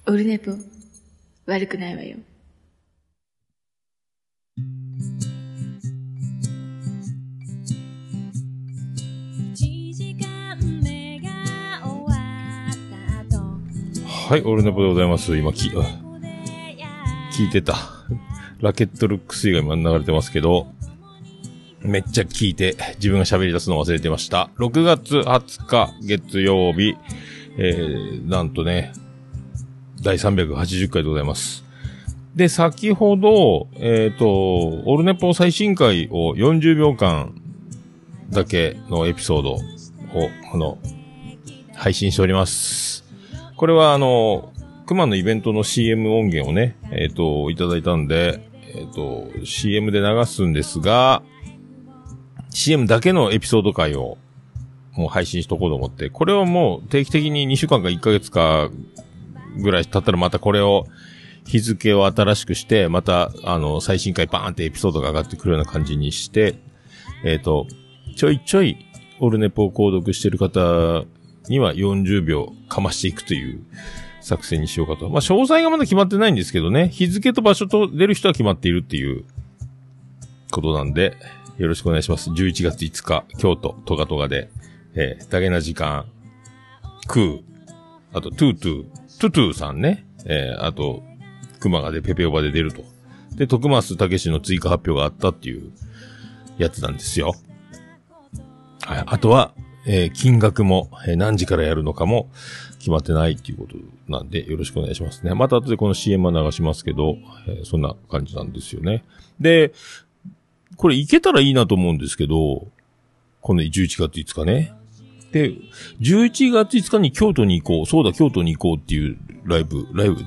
オルネポ悪くないわよ。 はい、オルネポでございます。今聞いてた。ラケットルックス以外今流れてますけど、めっちゃ聞いて自分が喋り出すの忘れてました。6月20日月曜日、なんとね、第380回でございます。で、先ほど、オルネポ最新回を40秒間だけのエピソードを、配信しております。これは熊のイベントの CM 音源をね、いただいたんで、CM で流すんですが、CM だけのエピソード回をもう配信しとこうと思って、これをもう定期的に2週間か1ヶ月かぐらい経ったらまたこれを日付を新しくして、また最新回バーンってエピソードが上がってくるような感じにして、ちょいちょいオルネポを購読してる方には40秒かましていくという作戦にしようかと。まあ、詳細がまだ決まってないんですけどね、日付と場所と出る人は決まっているっていうことなんで、よろしくお願いします。11月5日、京都、トガトガで、ダゲな時間、あと、トゥトゥさんね、あと、熊がでペペオバで出ると。で、徳増武史の追加発表があったっていうやつなんですよ。はい。あとは、金額も、何時からやるのかも決まってないっていうことなんで、よろしくお願いしますね。また後でこの CM は流しますけど、そんな感じなんですよね。で、これいけたらいいなと思うんですけど、この11月5日ね。で、11月5日に京都に行こう。そうだ、京都に行こうっていうライブ、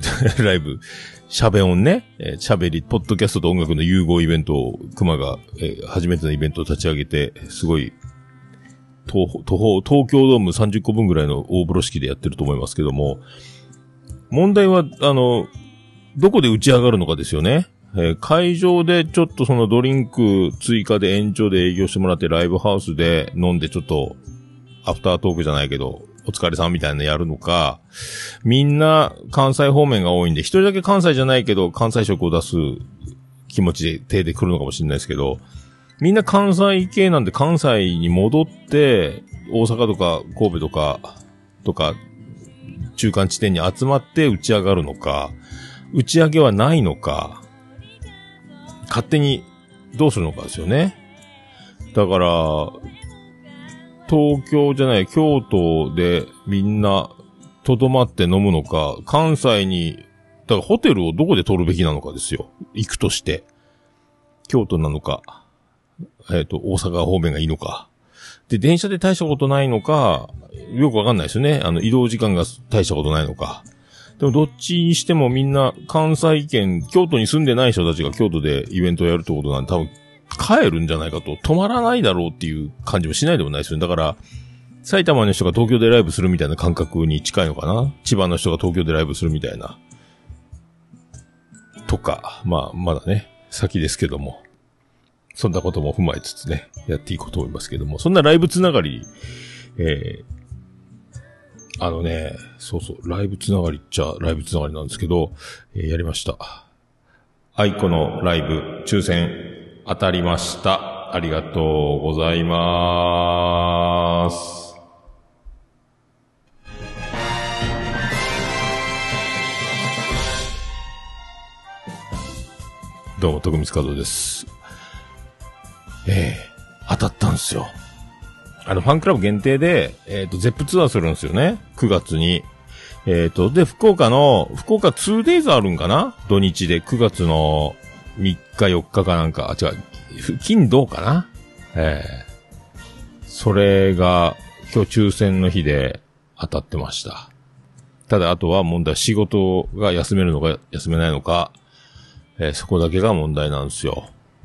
喋音ね。喋り、ポッドキャストと音楽の融合イベントを、熊が、初めてのイベントを立ち上げて、すごい、東京ドーム30個分ぐらいの大風呂敷でやってると思いますけども、問題は、どこで打ち上がるのかですよね。会場でちょっとそのドリンク追加で延長で営業してもらってライブハウスで飲んでちょっとアフタートークじゃないけどお疲れさんみたいなのやるのか、みんな関西方面が多いんで一人だけ関西じゃないけど関西色を出す気持ちで手で来るのかもしれないですけど、みんな関西系なんで関西に戻って大阪とか神戸とか中間地点に集まって打ち上がるのか、打ち上げはないのか、勝手にどうするのかですよね。だから、京都でみんな留まって飲むのか、関西に、だからホテルをどこで取るべきなのかですよ。行くとして。京都なのか、大阪方面がいいのか。で、電車で大したことないのか、よくわかんないですよね。移動時間が大したことないのか。でもどっちにしてもみんな関西圏、京都に住んでない人たちが京都でイベントをやるってことなんで多分帰るんじゃないかと、止まらないだろうっていう感じもしないでもないですよね。だから、埼玉の人が東京でライブするみたいな感覚に近いのかな。千葉の人が東京でライブするみたいな。とか、まあ、まだね、先ですけども。そんなことも踏まえつつね、やっていこうと思いますけども。そんなライブつながり、そうそう、ライブつながりっちゃライブつながりなんですけど、やりました。アイコのライブ抽選当たりました。ありがとうございます。どうも、徳光和夫です。当たったんですよ。ファンクラブ限定で、ゼップツアーするんですよね。9月に。で、福岡 2days あるんかな？土日で9月の3日4日かなんか、金土かな？それが今日抽選の日で当たってました。ただあとは問題、仕事が休めるのか休めないのか、そこだけが問題なんですよ。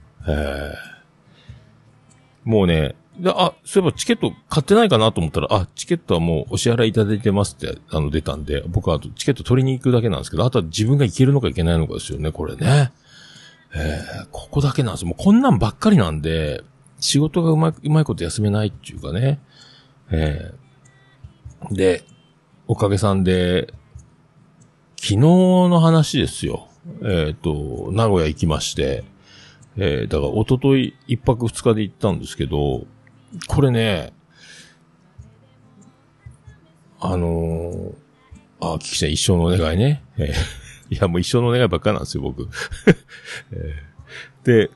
もうね、そういえばチケット買ってないかなと思ったら、チケットはもうお支払いいただいてますって、出たんで、僕はあとチケット取りに行くだけなんですけど、あとは自分が行けるのか行けないのかですよね、これね。ここだけなんですよ。もうこんなんばっかりなんで、仕事がうまいこと休めないっていうかね。で、おかげさんで、昨昨日の話ですよ。名古屋行きまして、だから一昨日一泊二日で行ったんですけど、これね、キキちゃん一生のお願いね。いや、もう一生のお願いばっかりなんですよ、僕。で、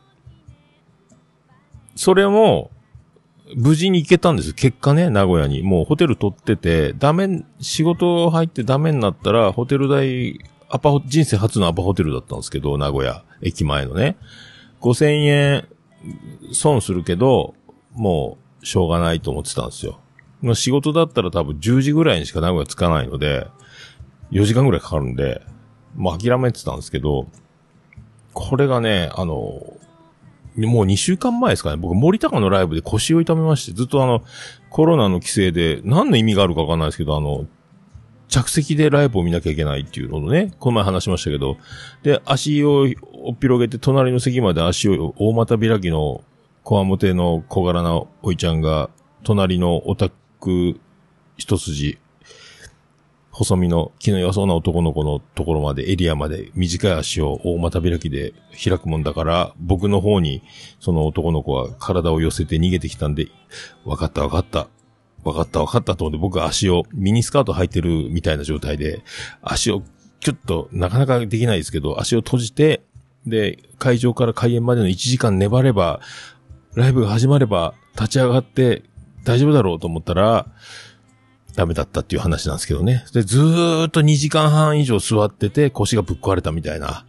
それも、無事に行けたんです。結果ね、名古屋に。もうホテル取ってて、仕事入ってダメになったら、ホテル代、人生初のアパホテルだったんですけど、名古屋駅前のね。5000円、損するけど、もう、しょうがないと思ってたんですよ。仕事だったら多分10時ぐらいにしか名古屋着かないので、4時間ぐらいかかるんで、もう諦めてたんですけど、これがね、もう2週間前ですかね。僕、森高のライブで腰を痛めまして、ずっとコロナの規制で、何の意味があるかわかんないですけど、着席でライブを見なきゃいけないっていうのをね、この前話しましたけど、で、足をおっぴろげて、隣の席まで足を大股開きの、こわもての小柄なおいちゃんが、隣のオタク一筋、細身の気の良そうな男の子のところまで、エリアまで短い足を大股開きで開くもんだから、僕の方にその男の子は体を寄せて逃げてきたんで、わかったと思って僕は足を、ミニスカート履いてるみたいな状態で、足をキュッとなかなかできないですけど、足を閉じて、で、会場から開演までの1時間粘れば、ライブが始まれば立ち上がって大丈夫だろうと思ったら、ダメだったっていう話なんですけどね。で、ずーっと2時間半以上座ってて腰がぶっ壊れたみたいな。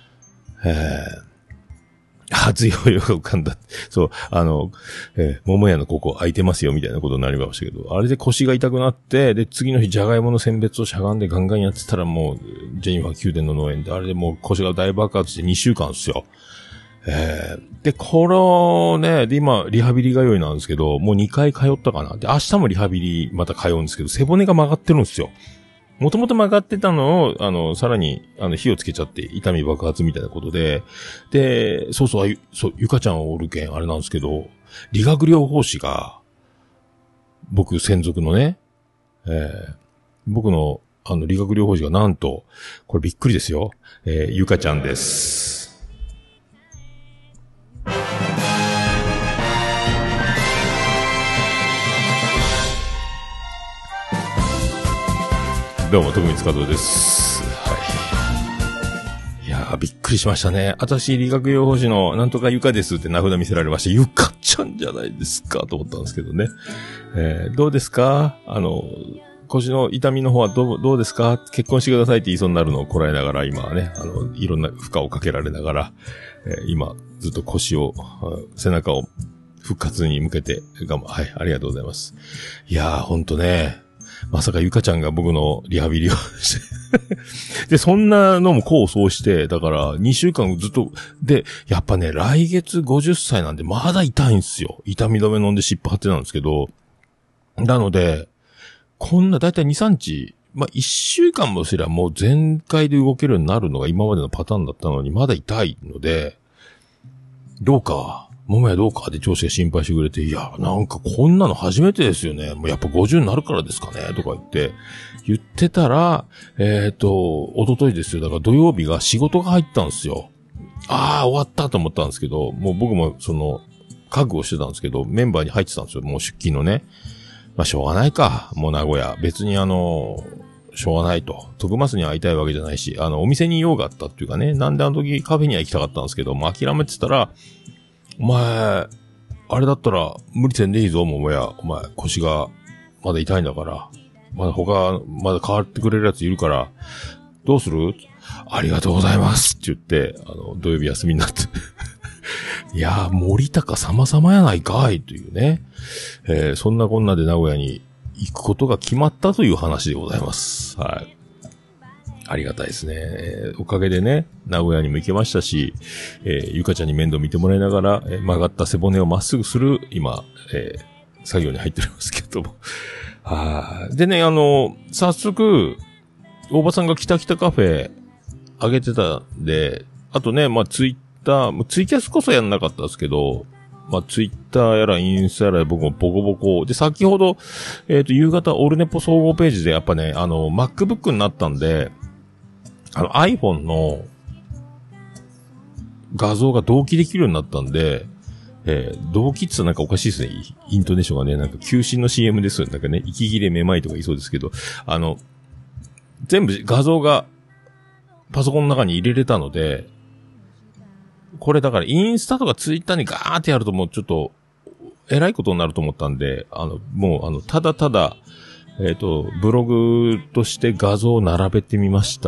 熱いお湯が浮かんだ。そう、桃屋のここ空いてますよみたいなことになりましたけど、あれで腰が痛くなって、で、次の日じゃがいもの選別をしゃがんでガンガンやってたらもう、ジェニファー宮殿の農園で、あれでもう腰が大爆発して2週間ですよ。で、これね、で、今、リハビリ通いなんですけど、もう2回通ったかな。で、明日もリハビリまた通うんですけど、背骨が曲がってるんですよ。もともと曲がってたのを、さらに、火をつけちゃって、痛み爆発みたいなことで、で、ゆかちゃんおるけん、あれなんですけど、理学療法士が、僕、専属のね、僕の、理学療法士がなんと、これびっくりですよ。ゆかちゃんです。どうも、徳光和夫です。はい。いやー、びっくりしましたね。私、理学療法士のなんとかゆかですって名札見せられまして、ゆかちゃんじゃないですか、と思ったんですけどね。どうですか？腰の痛みの方はどうですか？結婚してくださいって言いそうになるのをこらえながら、今はね、いろんな負荷をかけられながら、今、ずっと腰を、背中を復活に向けて、はい、ありがとうございます。いやー、ほんとね、まさかゆかちゃんが僕のリハビリをしてで、そんなのも功を奏して、だから2週間ずっと、で、やっぱね、来月50歳なんでまだ痛いんですよ。痛み止め飲んで湿布貼ってたんですけど、なので、こんなだいたい2、3日、1週間もすればもう全開で動けるようになるのが今までのパターンだったのにまだ痛いので、どうか、桃屋どうかって上司が心配してくれて、いや、なんかこんなの初めてですよね。もうやっぱ50になるからですかねとか言ってたら、一昨日ですよ。だから土曜日が仕事が入ったんですよ。終わったと思ったんですけど、もう僕も覚悟してたんですけど、メンバーに入ってたんですよ。もう出勤のね。しょうがないか。もう名古屋。別にしょうがないと。徳松に会いたいわけじゃないし、お店に用があったっていうかね。なんで時カフェには行きたかったんですけど、もう諦めてたら、お前、あれだったら無理せんでいいぞ、桃屋。お前、腰がまだ痛いんだから。まだ変わってくれるやついるから、どうする？ありがとうございますって言って、土曜日休みになって。いやー、森高様々やないかいというね。そんなこんなで名古屋に行くことが決まったという話でございます。はい。ありがたいですね。おかげでね、名古屋にも行けましたし、ゆかちゃんに面倒見てもらいながら、曲がった背骨をまっすぐする、今、作業に入っておりますけども。でね、早速、大場さんが北カフェ上げてたんで、あとね、ツイキャスこそやんなかったですけど、ツイッターやらインスタやら僕もボコボコ。で、先ほど、夕方オルネポ総合ページでやっぱね、MacBook になったんで、 iPhone の画像が同期できるようになったんで、同期って言ったらなんかおかしいですね。イントネーションがね、なんか求心の CM ですよ。なんかね、息切れめまいとか言いそうですけど、全部画像がパソコンの中に入れれたので、これだからインスタとかツイッターにガーってやるともうちょっと、えらいことになると思ったんで、もうただただ、ブログとして画像を並べてみました。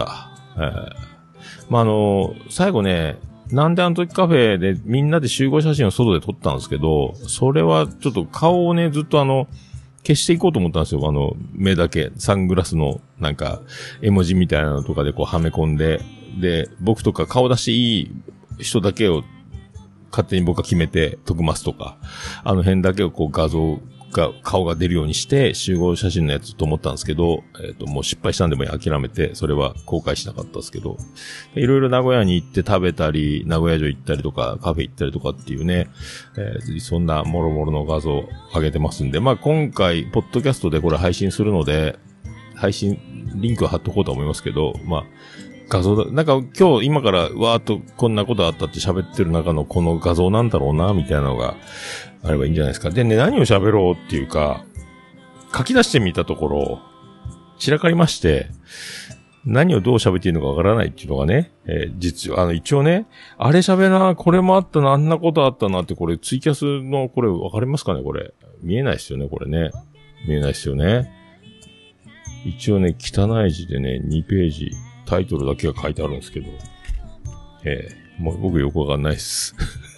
最後ね、なんであの時カフェでみんなで集合写真を外で撮ったんですけど、それはちょっと顔をね、ずっと消していこうと思ったんですよ。目だけ、サングラスのなんか、絵文字みたいなのとかでこうはめ込んで、で、僕とか顔出していい人だけを勝手に僕が決めて、徳マスとか、あの辺だけをこう顔が出るようにして集合写真のやつと思ったんですけど、もう失敗したんでもう諦めて、それは公開しなかったですけど、いろいろ名古屋に行って食べたり、名古屋城行ったりとか、カフェ行ったりとかっていうね、そんなもろもろの画像を上げてますんで、今回、ポッドキャストでこれ配信するので、リンクは貼っとこうと思いますけど、画像だ、なんか今日今からわーっとこんなことあったって喋ってる中のこの画像なんだろうな、みたいなのがあればいいんじゃないですか。でね、何を喋ろうっていうか、書き出してみたところ、散らかりまして、何をどう喋っていいのかわからないっていうのがね、一応ね、あれ喋な、これもあったな、あんなことあったなって、これツイキャスの、これわかりますかね、これ。見えないですよね、これね。見えないですよね。一応ね、汚い字でね、2ページ、タイトルだけが書いてあるんですけど、もう僕よくわかんないです。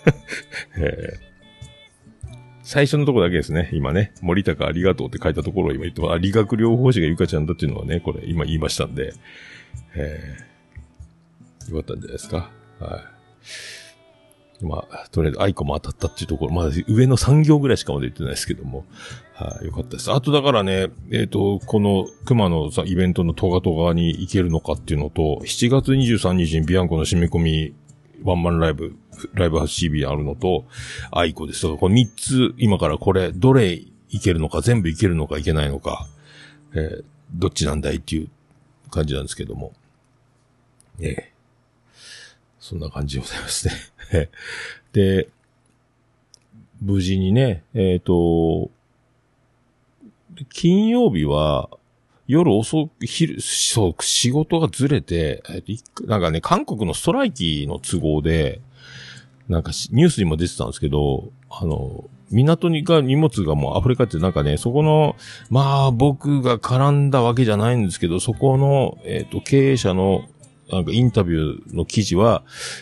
最初のところだけですね、今ね、森高ありがとうって書いたところを今言って、理学療法士がゆかちゃんだっていうのはね、これ今言いましたんで、よかったんじゃないですか。はい。とりあえず愛子も当たったっていうところ、まだ上の3行ぐらいしかまだ言ってないですけども、よかったです。あとだからね、この熊のイベントのトガトガに行けるのかっていうのと、7月23日にビアンコの締め込みワンマンライブハウス CB あるのと、愛子です。だからこの3つ、今からこれ、どれいけるのか、全部いけるのかいけないのか、どっちなんだいっていう感じなんですけども。そんな感じでございますね。で、無事にね、金曜日は、夜遅く、仕事がずれて、なんかね、韓国のストライキの都合で、なんかニュースにも出てたんですけど、港に荷物がもう溢れ返って、なんかね、そこの、僕が絡んだわけじゃないんですけど、そこの、経営者の、なんかインタビューの記事は、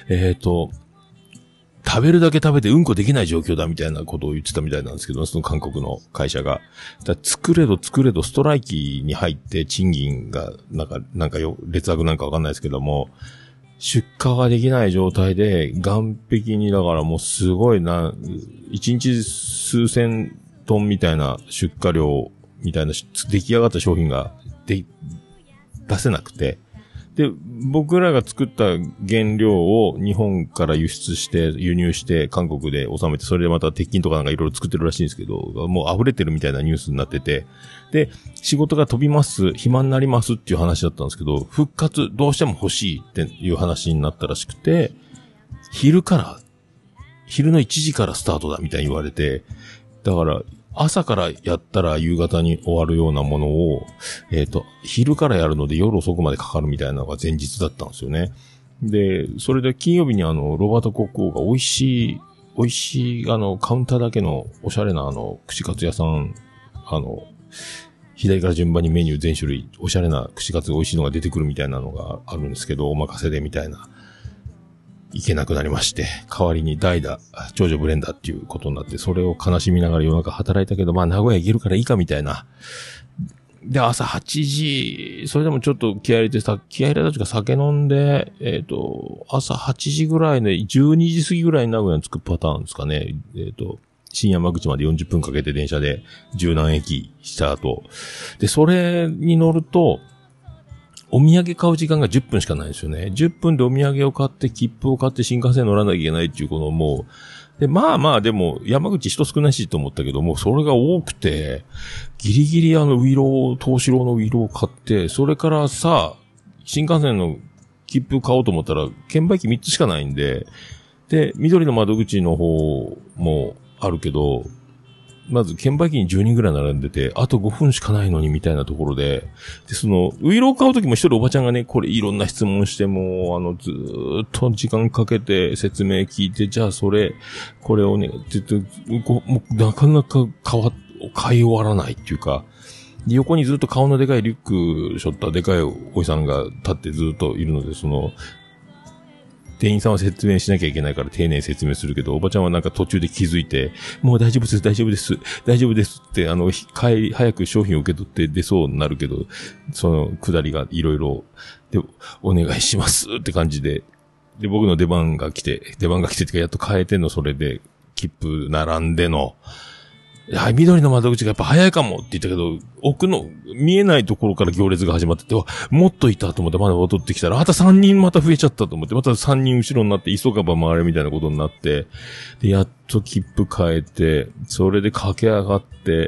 食べるだけ食べてうんこできない状況だみたいなことを言ってたみたいなんですけど、その韓国の会社が。作れどストライキに入って賃金が、なんか劣悪なんかわかんないですけども、出荷ができない状態で、岸壁にだからもうすごい一日数千トンみたいな出荷量みたいな出来上がった商品が出せなくて、で、僕らが作った原料を日本から輸入して韓国で収めて、それでまた鉄筋とかなんかいろいろ作ってるらしいんですけど、もう溢れてるみたいなニュースになってて、で、仕事が飛びます、暇になりますっていう話だったんですけど、復活どうしても欲しいっていう話になったらしくて、昼の1時からスタートだみたいに言われて、だから、朝からやったら夕方に終わるようなものを、昼からやるので夜遅くまでかかるみたいなのが前日だったんですよね。で、それで金曜日にロバート国王が美味しい、カウンターだけのおしゃれな串カツ屋さん、左から順番にメニュー全種類、おしゃれな串カツ美味しいのが出てくるみたいなのがあるんですけど、お任せでみたいな。行けなくなりまして、代わりに代打、長女ブレンダーっていうことになって、それを悲しみながら夜中働いたけど、名古屋行けるからいいかみたいな。で、朝8時、それでもちょっと気合入れてたちが酒飲んで、朝8時ぐらいで、12時過ぎぐらいに名古屋に着くパターンですかね。新山口まで40分かけて電車で十何駅した後。で、それに乗ると、お土産買う時間が10分しかないんですよね。10分でお土産を買って、切符を買って新幹線乗らなきゃいけないっていうこのもう、で、でも、山口人少ないしと思ったけども、それが多くて、ギリギリ東四郎のウィローを買って、それからさ、新幹線の切符買おうと思ったら、券売機3つしかないんで、で、緑の窓口の方もあるけど、まず、券売機に10人ぐらい並んでて、あと5分しかないのにみたいなところで、で、ウイロー買うときも一人おばちゃんがね、これいろんな質問しても、ずーっと時間かけて説明聞いて、じゃあこれをね、って言って、もうなかなか買い終わらないっていうか、で横にずっと顔のでかいリュック背負ったでかいおじさんが立ってずっといるので、店員さんは説明しなきゃいけないから丁寧に説明するけど、おばちゃんはなんか途中で気づいて、もう大丈夫ですって、早く商品を受け取って出そうになるけど、その下りがいろいろ、で、お願いしますって感じで、で、僕の出番が来てってか、やっと変えてんの、それで、切符並んでの、いや、緑の窓口がやっぱ早いかもって言ったけど、奥の見えないところから行列が始まってて、もっといたと思ってまだ戻ってきたら、また3人また増えちゃったと思って、また3人後ろになって急がば回れみたいなことになって、で、やっと切符変えて、それで駆け上がって、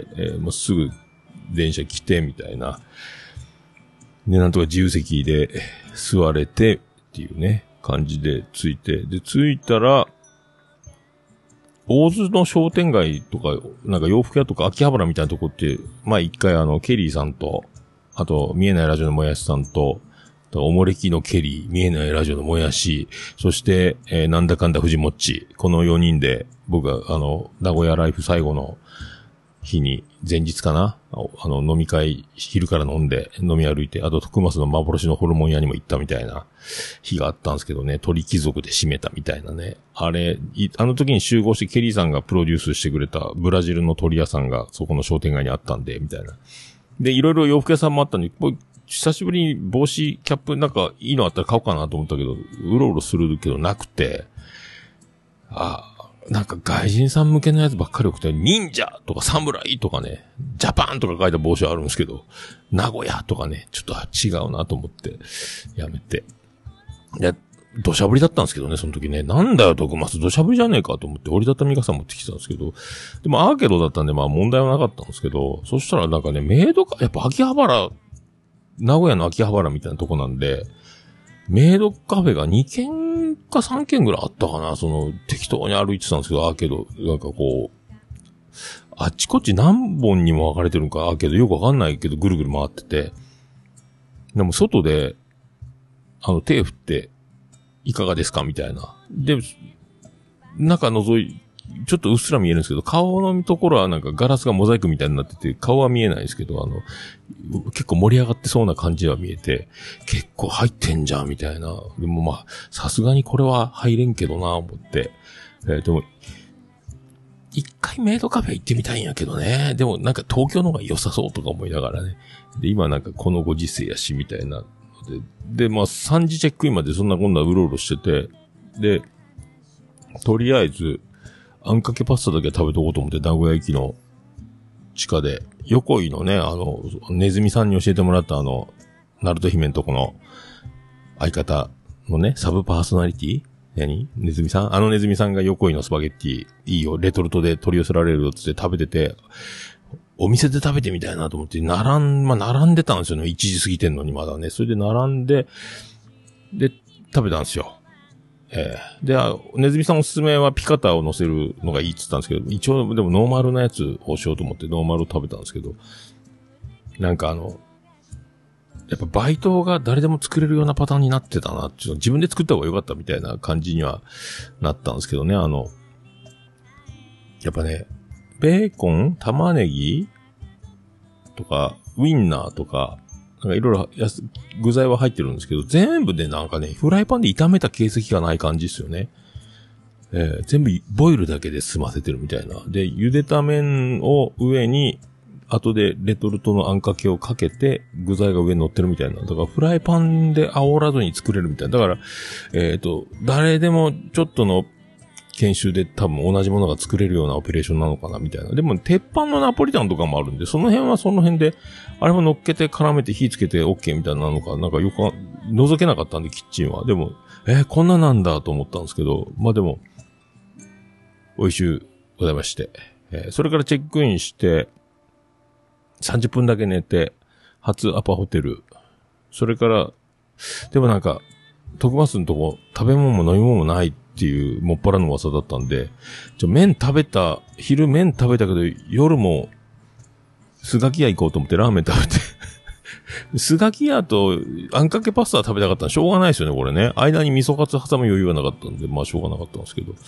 もうすぐ電車来てみたいな。で、なんとか自由席で座れてっていうね、感じで着いて、で、着いたら、大津の商店街とか、なんか洋服屋とか秋葉原みたいなとこって、まあ一回ケリーさんと、あと、見えないラジオのもやしさんと、おもれきのケリー、見えないラジオのもやし、そして、なんだかんだ藤もっち、この4人で、僕が名古屋ライフ最後の日に、前日かな飲み会、昼から飲み歩いて、あと徳松の幻のホルモン屋にも行ったみたいな日があったんですけどね、鳥貴族で締めたみたいなね。あの時に集合してケリーさんがプロデュースしてくれたブラジルの鳥屋さんがそこの商店街にあったんで、みたいな。で、いろいろ洋服屋さんもあったんで、久しぶりに帽子、キャップなんかいいのあったら買おうかなと思ったけど、うろうろするけどなくて、なんか外人さん向けのやつばっかり送って、忍者とか侍とかね、ジャパンとか書いた帽子あるんですけど、名古屋とかね、ちょっと違うなと思って、やめて。いや、土砂降りだったんですけどね、その時ね。なんだよ、徳松、土砂降りじゃねえかと思って折りたたみ傘持ってきてたんですけど、でもアーケードだったんでまあ問題はなかったんですけど、そしたらなんかね、やっぱ秋葉原、名古屋の秋葉原みたいなとこなんで、メイドカフェが2軒か3軒ぐらいあったかな。適当に歩いてたんですけど、アーケード、なんかこう、あっちこっち何本にも分かれてるんか、アーケードよくわかんないけど、ぐるぐる回ってて。でも外で、手振って、いかがですかみたいな。で、中覗い、ちょっとうっすら見えるんですけど、顔のところはなんかガラスがモザイクみたいになってて、顔は見えないですけど、結構盛り上がってそうな感じは見えて、結構入ってんじゃん、みたいな。でもまあ、さすがにこれは入れんけどな、思って。でも、一回メイドカフェ行ってみたいんやけどね。でもなんか東京の方が良さそうとか思いながらね。で、今なんかこのご時世やし、みたいな。で、まあ3時チェックインまでそんなこんなうろうろしてて、で、とりあえず、あんかけパスタだけ食べとこうと思って名古屋駅の地下で、横井のね、ネズミさんに教えてもらったナルト姫のとこの相方のね、サブパーソナリティネズミさんネズミさんが横井のスパゲッティ、いいよ、レトルトで取り寄せられるよって食べてて、お店で食べてみたいなと思って、並んでたんですよね。1時過ぎてんのにまだね。それで並んで、で、食べたんですよ。で、ネズミさんおすすめはピカタを乗せるのがいいって言ったんですけど、一応でもノーマルなやつをしようと思ってノーマルを食べたんですけど、なんかやっぱバイトが誰でも作れるようなパターンになってたなって、自分で作った方が良かったみたいな感じにはなったんですけどね、やっぱね、ベーコン、玉ねぎとか、ウインナーとか、なんかいろいろ具材は入ってるんですけど、全部でなんかね、フライパンで炒めた形跡がない感じですよね。全部ボイルだけで済ませてるみたいな。で、茹でた麺を上に、後でレトルトのあんかけをかけて、具材が上に乗ってるみたいな。だからフライパンで煽らずに作れるみたいな。だから、誰でもちょっとの研修で多分同じものが作れるようなオペレーションなのかなみたいな。でも、鉄板のナポリタンとかもあるんで、その辺はその辺で、あれも乗っけて絡めて火つけて OK みたいなのか、なんかよく覗けなかったんで、キッチンは。でも、こんななんだと思ったんですけど、まあでも、美味しゅうございまして。それからチェックインして、30分だけ寝て、初アパホテル。それから、でもなんか、 徳松のとこ、食べ物も飲み物もないっていう、もっぱらの噂だったんで、昼麺食べたけど、夜も、スガキ屋行こうと思ってラーメン食べて、スガキ屋と、あんかけパスタ食べたかったらしょうがないですよね、これね。間に味噌カツ挟む余裕はなかったんで、まあしょうがなかったんですけど。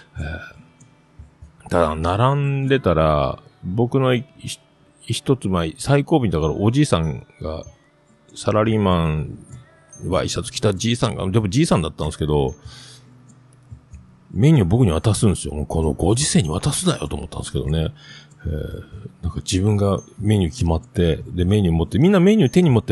ただ、並んでたら、僕の一つ前、最後尾だからおじいさんが、サラリーマン、ワイシャツ着たじいさんが、でもじいさんだったんですけど、メニュー僕に渡すんですよ。もうこのご時世に渡すなよと思ったんですけどね。なんか自分がメニュー決まって、でメニュー持って、みんなメニュー手に持って、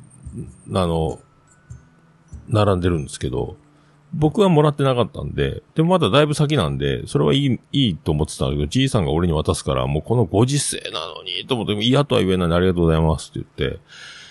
並んでるんですけど、僕はもらってなかったんで、でもまだだいぶ先なんで、それはいいと思ってたんだけど、じいさんが俺に渡すから、もうこのご時世なのに、と思って、嫌とは言えないのでありがとうございますって言って、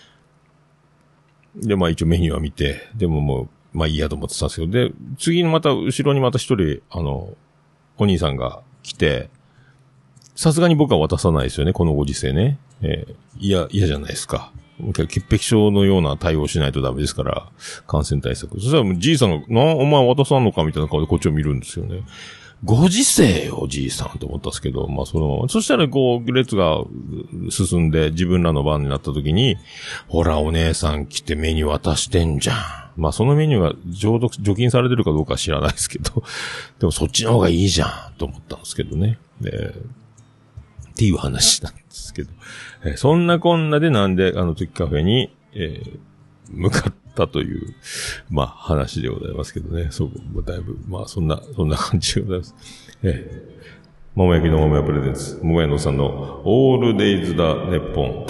で、まあ一応メニューは見て、でももう、まあいいやと思ってたんですけど、で、次にまた、後ろにまた一人、お兄さんが来て、さすがに僕は渡さないですよね、このご時世ね。嫌じゃないですか。潔癖症のような対応しないとダメですから、感染対策。そしたらもうじいさんが、お前渡さんのかみたいな顔でこっちを見るんですよね。ご時世よ、じいさんと思ったんですけど、まあそしたらこう、列が進んで自分らの番になった時に、ほらお姉さん来てメニュー渡してんじゃん。まあそのメニューが除菌されてるかどうかは知らないですけど、でもそっちの方がいいじゃん、と思ったんですけどね。っていう話なんですけど。そんなこんなでなんで時カフェに、向かったという、まあ話でございますけどね。そう、だいぶ、まあそんな感じでございます。桃焼きの桃屋プレゼンツ、桃屋のさんのオールデイズだネッポン。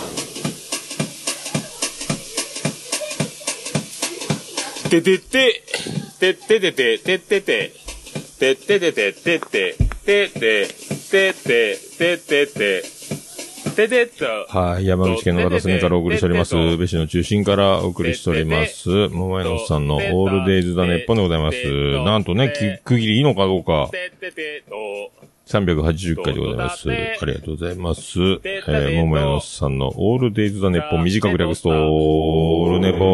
ててて、てててて、ててて、てててて、ててて、ててて、はい、山口県の片隅からお送りしております。宇部市の中心からお送りしております。桃屋のさんのオールデイズだネッポンでございます。なんとね、区切りいいのかどうか。380回でございます。ありがとうございます。桃屋のさんのオールデイズだネッポン短く略すと、オールネポ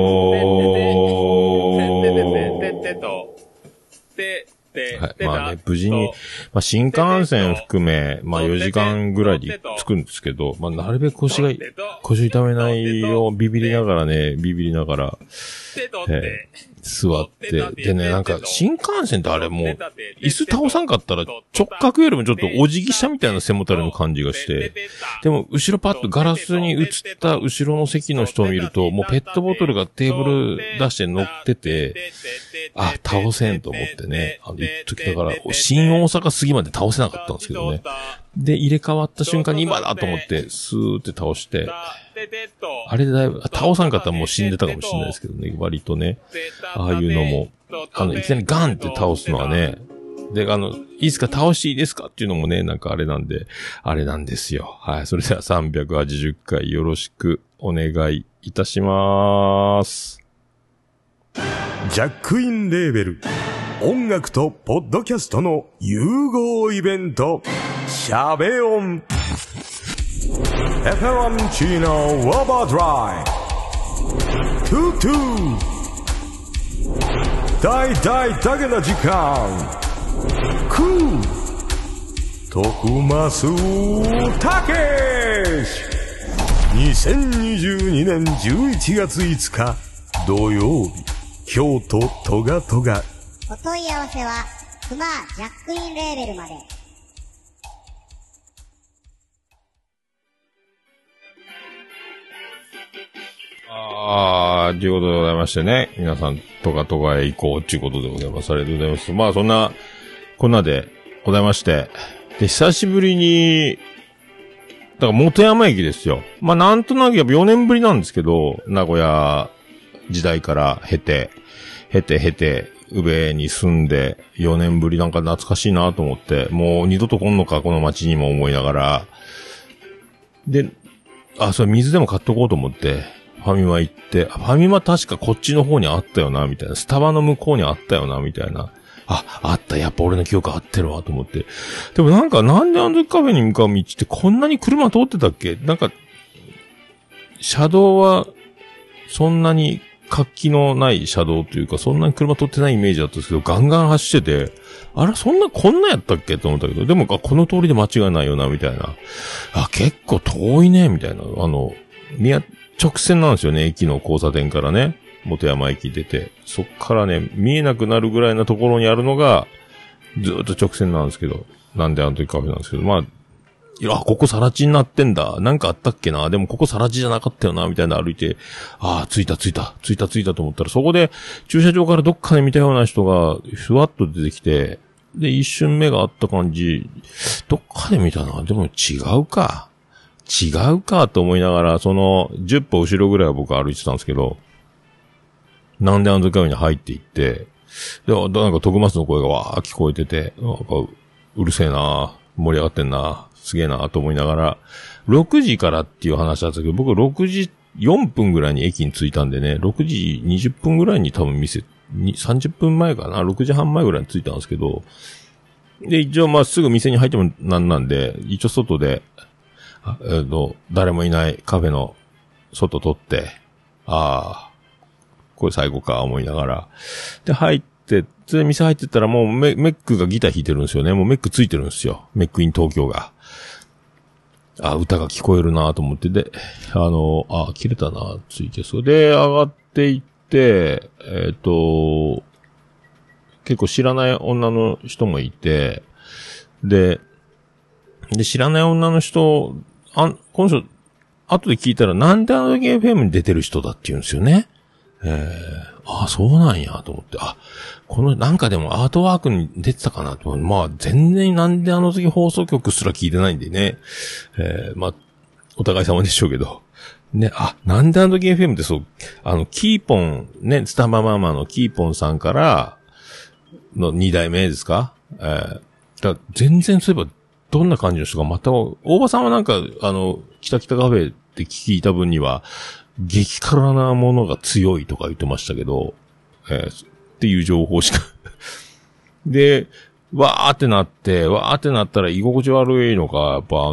はい。まあね、無事に、まあ新幹線含め、まあ4時間ぐらいで着くんですけど、まあなるべく腰痛めないよ、ビビりながら、座って、でね、なんか、新幹線ってあれもう、椅子倒さんかったら、直角よりもちょっとお辞儀したみたいな背もたれの感じがして、でも、後ろパッとガラスに映った後ろの席の人を見ると、もうペットボトルがテーブル出して乗ってて、あ、倒せんと思ってね、一時だから、新大阪過ぎまで倒せなかったんですけどね。で、入れ替わった瞬間に今だと思って、スーって倒して、あれでだいぶ、倒さんかったらもう死んでたかもしれないですけどね、割とね。ああいうのも、いきなりガンって倒すのはね、で、いいですか倒していいですかっていうのもね、なんかあれなんですよ。はい。それでは380回よろしくお願いいたします。 ジャックインレーベル。音楽とポッドキャストの融合イベント。シャベオン。エフェロンチーノウォーバードライ。トゥトゥ。大だけな時間。クー。徳マスたけし。2022年11月5日土曜日。京都トガトガ。 お問い合わせはクマジャックインレーベルまで。 ということでございましてね。皆さん、トガトガへ行こうっていうことでございます。ありがとうございます。まあ、そんな、こんなでございまして。で、久しぶりに、だから元山駅ですよ。まあ、なんとなくやっぱ4年ぶりなんですけど、名古屋時代から経て、宇部に住んで4年ぶりなんか懐かしいなと思って、もう二度と来んのか、この街にも思いながら。で、それ水でも買っとこうと思って、ファミマ行って、ファミマ確かこっちの方にあったよな、みたいな。スタバの向こうにあったよな、みたいな。あった、やっぱ俺の記憶合ってるわ、と思って。でもなんであの時カフェに向かう道ってこんなに車通ってたっけ？なんか、車道はそんなに活気のない車道というか、そんなに車通ってないイメージだったんですけど、ガンガン走ってて、あれ、こんなやったっけと思ったけど、でも、この通りで間違いないよな、みたいな。結構遠いね、みたいな。直線なんですよね、駅の交差点からね。元山駅出て。そっからね、見えなくなるぐらいなところにあるのが、ずーっと直線なんですけど、なんであの時カフェなんですけど、まあ、ここ更地になってんだ。なんかあったっけな。でもここ更地じゃなかったよな、みたいな歩いて、着いたと思ったら、そこで駐車場からどっかで見たような人が、ふわっと出てきて、で、一瞬目があった感じ、どっかで見たな。でも違うかと思いながら、その、10歩後ろぐらいは僕歩いてたんですけど、なんであの時カフェに入っていって、で、なんか徳松の声がわー聞こえてて、なんか、うるせえな、盛り上がってんな、すげえなと思いながら、6時からっていう話だったけど、僕6時4分ぐらいに駅に着いたんでね、6時20分ぐらいに多分30分前かな、6時半前ぐらいに着いたんですけど、で、一応まあすぐ店に入ってもなんで、一応外で、誰もいないカフェの外撮って、これ最後か思いながら、で、入って、で、店入ってったらもうメックがギター弾いてるんですよね。もうメックついてるんですよ。メックイン東京が。歌が聞こえるなと思って、で、切れたな、ついて、それで上がっていって、結構知らない女の人もいて、で、知らない女の人、この人、後で聞いたらなんであの時 FM に出てる人だって言うんですよね。そうなんやと思って、このなんかでもアートワークに出てたかなと思って、まあ全然なんであの時放送局すら聞いてないんでね、まあお互い様でしょうけど、ね、なんであの時 FM ってそう、キーポン、ね、スタバママのキーポンさんからの2代目ですか？全然そういえばどんな感じの人がまた、大場さんはなんか、キタキタカフェって聞いた分には、激辛なものが強いとか言ってましたけど、っていう情報しか。で、わーってなったら居心地悪いのか、やっぱ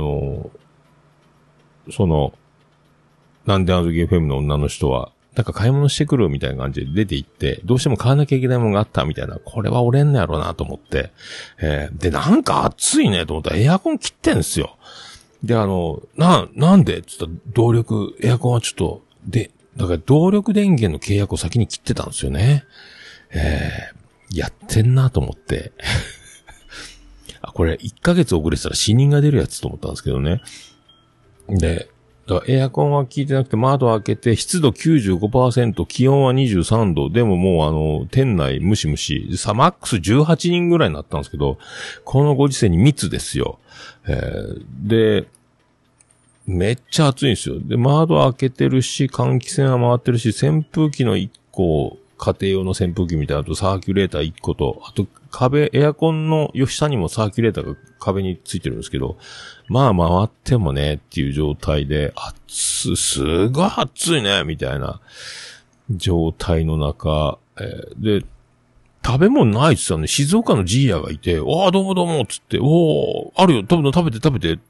なんであの時 FM の女の人は、なんか買い物してくるみたいな感じで出て行って、どうしても買わなきゃいけないものがあったみたいな、これは折れんのやろうなと思って、で、なんか暑いねと思ったらエアコン切ってんすよ。で、なんでって言ったらエアコンはちょっと、だから動力電源の契約を先に切ってたんですよね。やってんなと思って。これ1ヶ月遅れてたら死人が出るやつと思ったんですけどね。で、だからエアコンは効いてなくて窓開けて湿度 95%、気温は23度。でももう店内ムシムシ。マックス18人ぐらいになったんですけど、このご時世に密ですよ。で、めっちゃ暑いんですよ。で、窓開けてるし、換気扇は回ってるし、扇風機の1個、家庭用の扇風機みたいな、あとサーキュレーター1個と、あとエアコンの下にもサーキュレーターが壁についてるんですけど、まあ回ってもねっていう状態で、すごい暑いねみたいな状態の中、で、食べ物ないっつったのね、静岡のジーヤがいて、どうもどうもっつって、あるよ、食べて、いただき、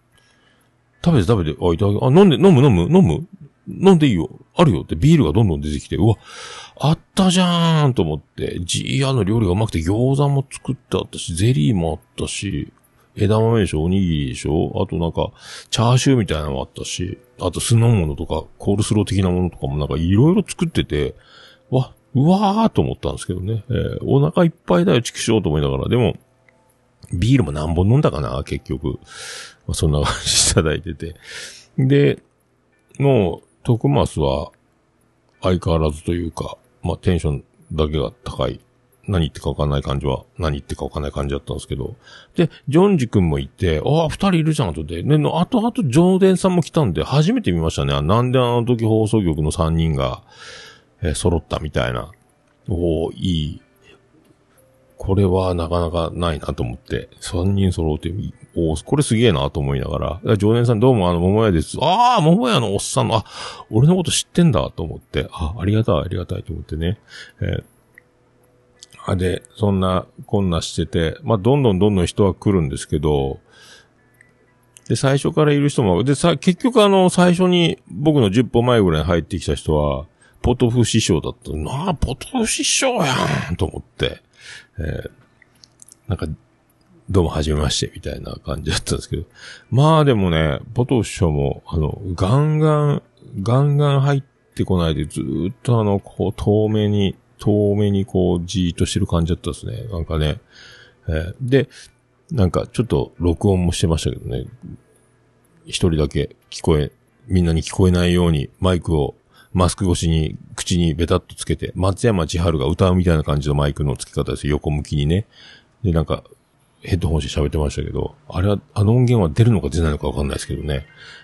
飲んでいいよ。あるよってビールがどんどん出てきて、あったじゃーんと思って、ジーヤの料理がうまくて餃子も作ってあったし、ゼリーもあったし、枝豆でしょ、おにぎりでしょ、あとなんか、チャーシューみたいなのもあったし、あと酢の物とか、コールスロー的なものとかもなんかいろいろ作ってて、うわーと思ったんですけどね。お腹いっぱいだよ、チキショーと思いながら、でも、ビールも何本飲んだかな、結局。そんな感じいただいてて。で、もう、徳松は、相変わらずというか、テンションだけが高い。何言ってか分かんない感じだったんですけど。で、ジョンジ君もいて、二人いるじゃんとで、ね、あとジョーデンさんも来たんで、初めて見ましたね。なんであの時放送局の3人が、揃ったみたいな。いい。これはなかなかないなと思って、3人揃うて、これすげえなと思いながら、常連さんどうも桃屋です。桃屋のおっさんの、俺のこと知ってんだと思って、ありがたいと思ってね。で、そんな、こんなしてて、どんどん人は来るんですけど、で、最初からいる人も、で、結局最初に僕の10歩前ぐらいに入ってきた人は、 ポトフ師匠だったなあ、ポトフ師匠やんと思って、なんか、どうも初めまして、みたいな感じだったんですけど。まあでもね、ポトフ師匠も、ガンガン入ってこないで、ずーっとこう、遠目にこう、じーっとしてる感じだったですね。なんかね。で、なんか、ちょっと、録音もしてましたけどね。一人だけみんなに聞こえないように、マイクを、マスク越しに、口にベタッとつけて、松山千春が歌うみたいな感じのマイクの付け方ですよ。横向きにね。で、なんか、ヘッドホンして喋ってましたけど、あれは、音源は出るのか出ないのかわかんないですけどね。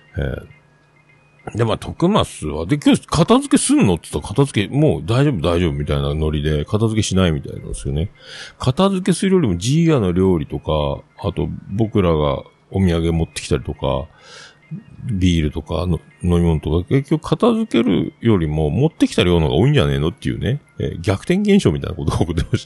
で、まあ、徳増は、で、今日片付けすんのって言ったら片付け、もう大丈夫みたいなノリで、片付けしないみたいなんですよね。片付けするよりもジーヤの料理とか、あと僕らがお土産持ってきたりとか、ビールとかの飲み物とか、結局片付けるよりも持ってきた量の方が多いんじゃねえのっていうね、逆転現象みたいなことが起こってました。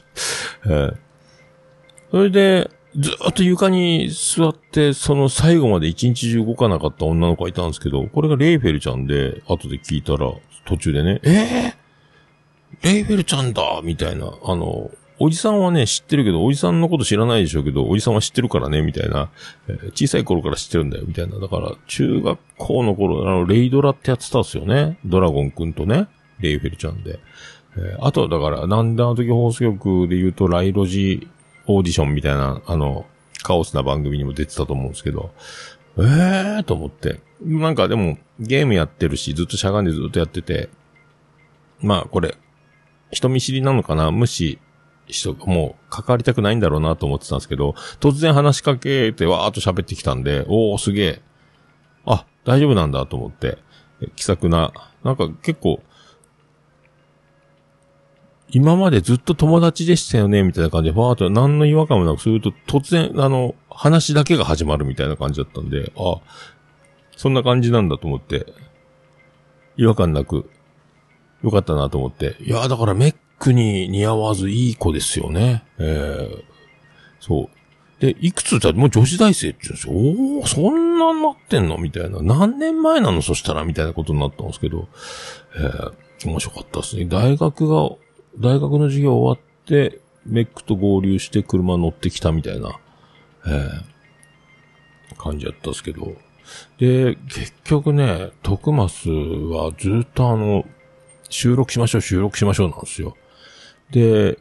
それで、ずっと床に座って、その最後まで一日中動かなかった女の子がいたんですけど、これがレイフェルちゃんで、後で聞いたら、途中でね、レイフェルちゃんだみたいな、おじさんはね、知ってるけど、おじさんのこと知らないでしょうけど、おじさんは知ってるからね、みたいな、小さい頃から知ってるんだよ、みたいな。だから、中学校の頃、レイドラってやってたんですよね。ドラゴンくんとね、レイフェルちゃんで。あとはだから、なんであの時放送局で言うと、ライロジオーディションみたいな、カオスな番組にも出てたと思うんですけど、と思って。なんかでも、ゲームやってるし、ずっとしゃがんでずっとやってて、まあこれ、人見知りなのかな、もう、関わりたくないんだろうなと思ってたんですけど、突然話しかけてわーっと喋ってきたんで、おーすげえ。あ、大丈夫なんだと思って、気さくな、なんか結構、今までずっと友達でしたよね、みたいな感じで、わーっと何の違和感もなく、すると突然、話だけが始まるみたいな感じだったんで、あ、そんな感じなんだと思って、違和感なく、よかったなと思って。いや、だからメックに似合わずいい子ですよね。そう。で、いくつだもう女子大生って言うんですよ。おー、そんなになってんのみたいな。何年前なのそしたらみたいなことになったんですけど、面白かったですね。大学の授業終わって、メックと合流して車乗ってきたみたいな、感じだったんですけど。で、結局ね、徳増はずっと収録しましょうなんですよ。で、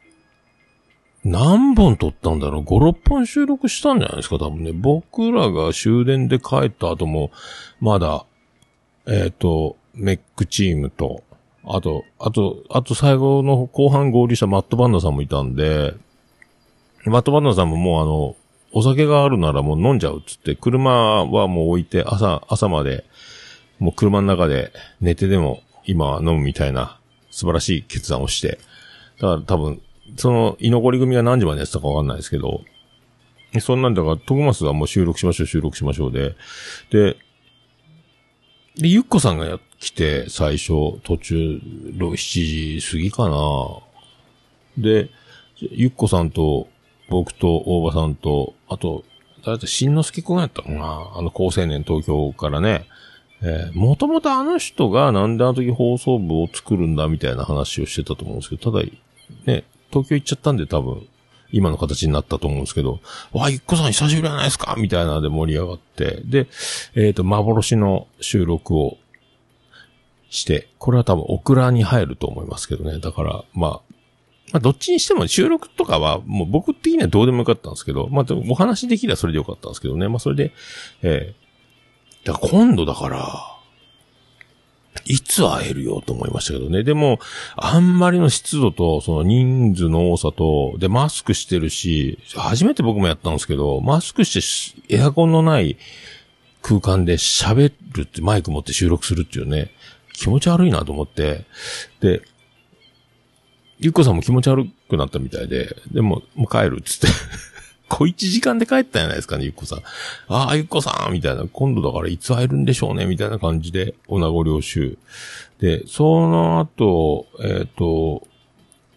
何本撮ったんだろう ?5、6本収録したんじゃないですか多分ね。僕らが終電で帰った後も、まだ、メックチームと、あと最後の後半合流したマットバンダさんもいたんで、マットバンダさんももうお酒があるならもう飲んじゃうっつって、車はもう置いて朝まで、もう車の中で寝てでも今は飲むみたいな素晴らしい決断をして、だから多分、その居残り組が何時までやってたかわかんないですけど、そんなんだから、トグマスはもう収録しましょうで、で、ゆっこさんが来て、最初、途中、7時過ぎかな。で、ゆっこさんと、僕と大場さんと、あと、しんのすけくんやったかな。高青年東京からね、もともとあの人がなんであの時放送部を作るんだみたいな話をしてたと思うんですけど、ただ、ね、東京行っちゃったんで多分、今の形になったと思うんですけど、わ、ゆっこさん久しぶりじゃないですかみたいなので盛り上がって、で、幻の収録をして、これは多分オクラに入ると思いますけどね。だから、まあ、どっちにしても収録とかは、もう僕的にはどうでもよかったんですけど、まあ、お話できればそれでよかったんですけどね。まあ、それで、だから今度だから、いつ会えるよと思いましたけどね。でも、あんまりの湿度と、その人数の多さと、で、マスクしてるし、初めて僕もやったんですけど、マスクしてエアコンのない空間で喋るって、マイク持って収録するっていうね、気持ち悪いなと思って、で、ゆっこさんも気持ち悪くなったみたいで、でもう帰るっつって、小1時間で帰ったじゃないですかね、ゆっこさん。ああ、ゆっこさんみたいな、今度だからいつ会えるんでしょうねみたいな感じで、お名残惜しゅう。で、その後、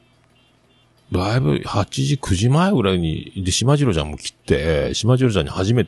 だいぶ8時、9時前ぐらいに、で、島次郎ちゃんも来て、島次郎ちゃんに初めて会っ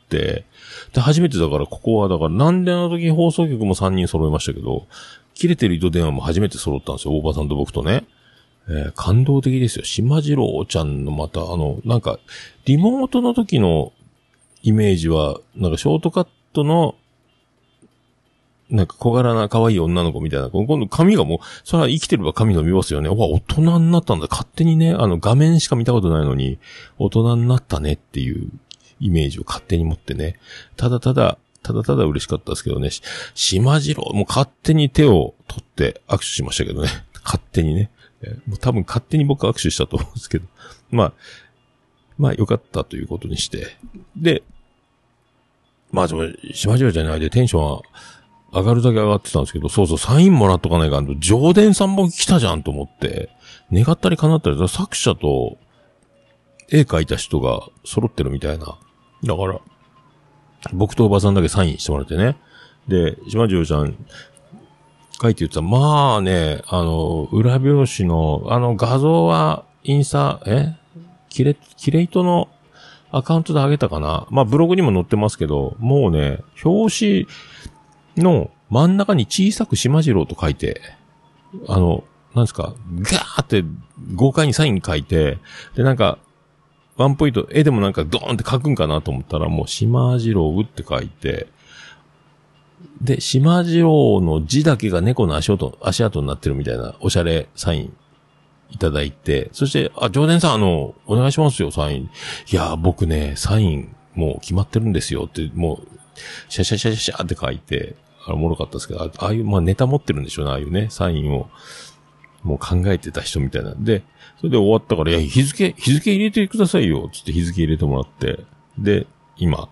で、初めてだからここはだからなんであの時放送局も3人揃いましたけど、切れてる糸電話も初めて揃ったんですよ、大場さんと僕とね。感動的ですよ。島次郎ちゃんのまたなんか、リモートの時のイメージは、なんかショートカットの、なんか小柄な可愛い女の子みたいな。今度髪がもう、それは生きてれば髪伸びますよね。大人になったんだ。勝手にね、画面しか見たことないのに、大人になったねっていうイメージを勝手に持ってね。ただただ嬉しかったですけどね。島次郎、もう勝手に手を取って握手しましたけどね。勝手にね。もう多分勝手に僕握手したと思うんですけど。まあ良かったということにして。で、島次郎じゃないでテンションは上がるだけ上がってたんですけど、そうサインもらっとかないから、上田さんも来たじゃんと思って、願ったり叶ったり、作者と絵描いた人が揃ってるみたいな。だから、僕とおばさんだけサインしてもらってね。で、島次郎ちゃん、書いて言ったら、まあね、裏表紙の、画像は、インスタ、キレイトのアカウントで上げたかな。まあ、ブログにも載ってますけど、もうね、表紙の真ん中に小さく島次郎と書いて、なんですか、ガーって豪快にサイン書いて、で、なんか、ワンポイント、絵でもなんかドーンって書くんかなと思ったら、もう島次郎って書いて、で、島次郎の字だけが猫の足跡になってるみたいなおしゃれサインいただいて、そして、上田さんお願いしますよ、サイン。いや、僕ね、サインもう決まってるんですよって、もう、シャシャシャシャって書いて、おもろかったですけど、ああいう、まあネタ持ってるんでしょうね、ああいうね、サインを、もう考えてた人みたいなんで、それで終わったから、いや、日付入れてくださいよ、つって日付入れてもらって、で、今、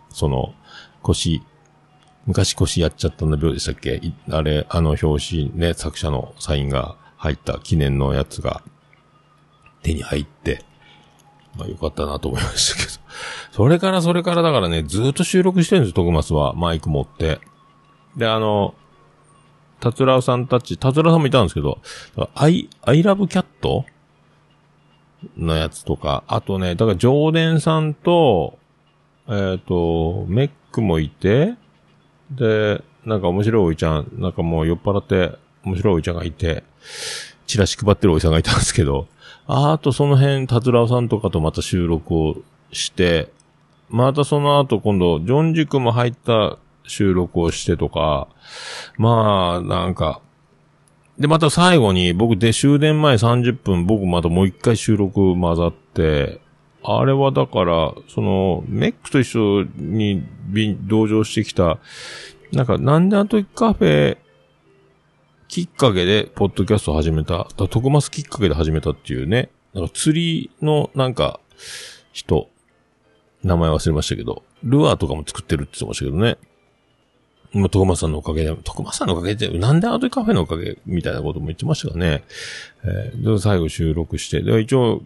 昔腰やっちゃったんだ病でしたっけ？あれ、表紙ね、作者のサインが入った記念のやつが手に入って、まあよかったなと思いましたけど。それからだからね、ずーっと収録してるんですよ、徳松は。マイク持って。で、達郎さんもいたんですけど、I love cat? のやつとか、あとね、だから上田さんと、メックもいて、で、なんか面白いおいちゃん、なんかもう酔っ払って面白いおいちゃんがいて、チラシ配ってるおいさんがいたんですけど、あとその辺、達郎さんとかとまた収録をして、またその後今度、ジョンジクも入った収録をしてとか、まあ、なんか、で、また最後に僕で終電前30分、僕またもう一回収録混ざって、あれはだから、メックと一緒に同乗してきた、なんであの時カフェきっかけで、ポッドキャスト始めた、徳松きっかけで始めたっていうね、釣りの人、名前忘れましたけど、ルアーとかも作ってるって言ってましたけどね。徳松さんのおかげで、なんであの時カフェのおかげみたいなことも言ってましたからね。で、最後収録して、で、一応、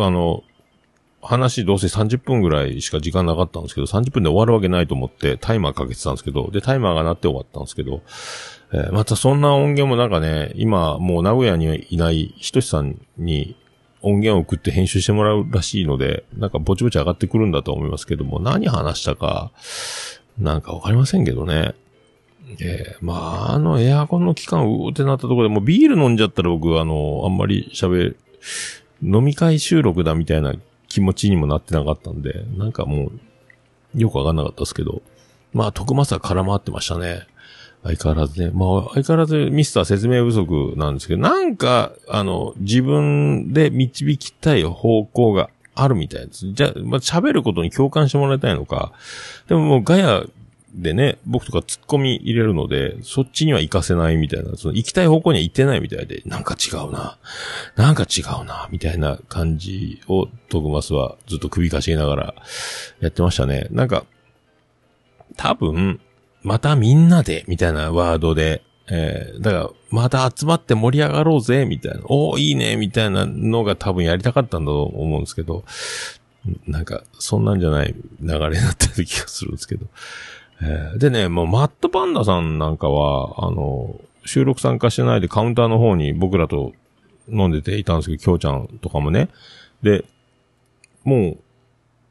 話どうせ30分ぐらいしか時間なかったんですけど、30分で終わるわけないと思ってタイマーかけてたんですけど、で、タイマーが鳴って終わったんですけど、またそんな音源も今もう名古屋にいないひとしさんに音源を送って編集してもらうらしいので、ぼちぼち上がってくるんだと思いますけども、何話したか、わかりませんけどね。まあ、エアコンの期間うーってなったところで、もうビール飲んじゃったら僕、あんまり飲み会収録だみたいな気持ちにもなってなかったんで、もう、よくわかんなかったですけど、まあ、徳松は空回ってましたね。相変わらずね。まあ、相変わらずミスター説明不足なんですけど、自分で導きたい方向があるみたいです。じゃあ、まあ、喋ることに共感してもらいたいのか、でももうガヤでね、僕とか突っ込み入れるので、そっちには行かせないみたいな、行きたい方向には行ってないみたいで、違うな、みたいな感じを、徳松はずっと首かしげながらやってましたね。多分、またみんなで、みたいなワードで、だから、また集まって盛り上がろうぜ、みたいな、いいね、みたいなのが多分やりたかったんだと思うんですけど、そんなんじゃない流れになってる気がするんですけど。でね、もうマットパンダさんなんかは、収録参加してないでカウンターの方に僕らと飲んでていたんですけど、きょうちゃんとかもね。で、もう、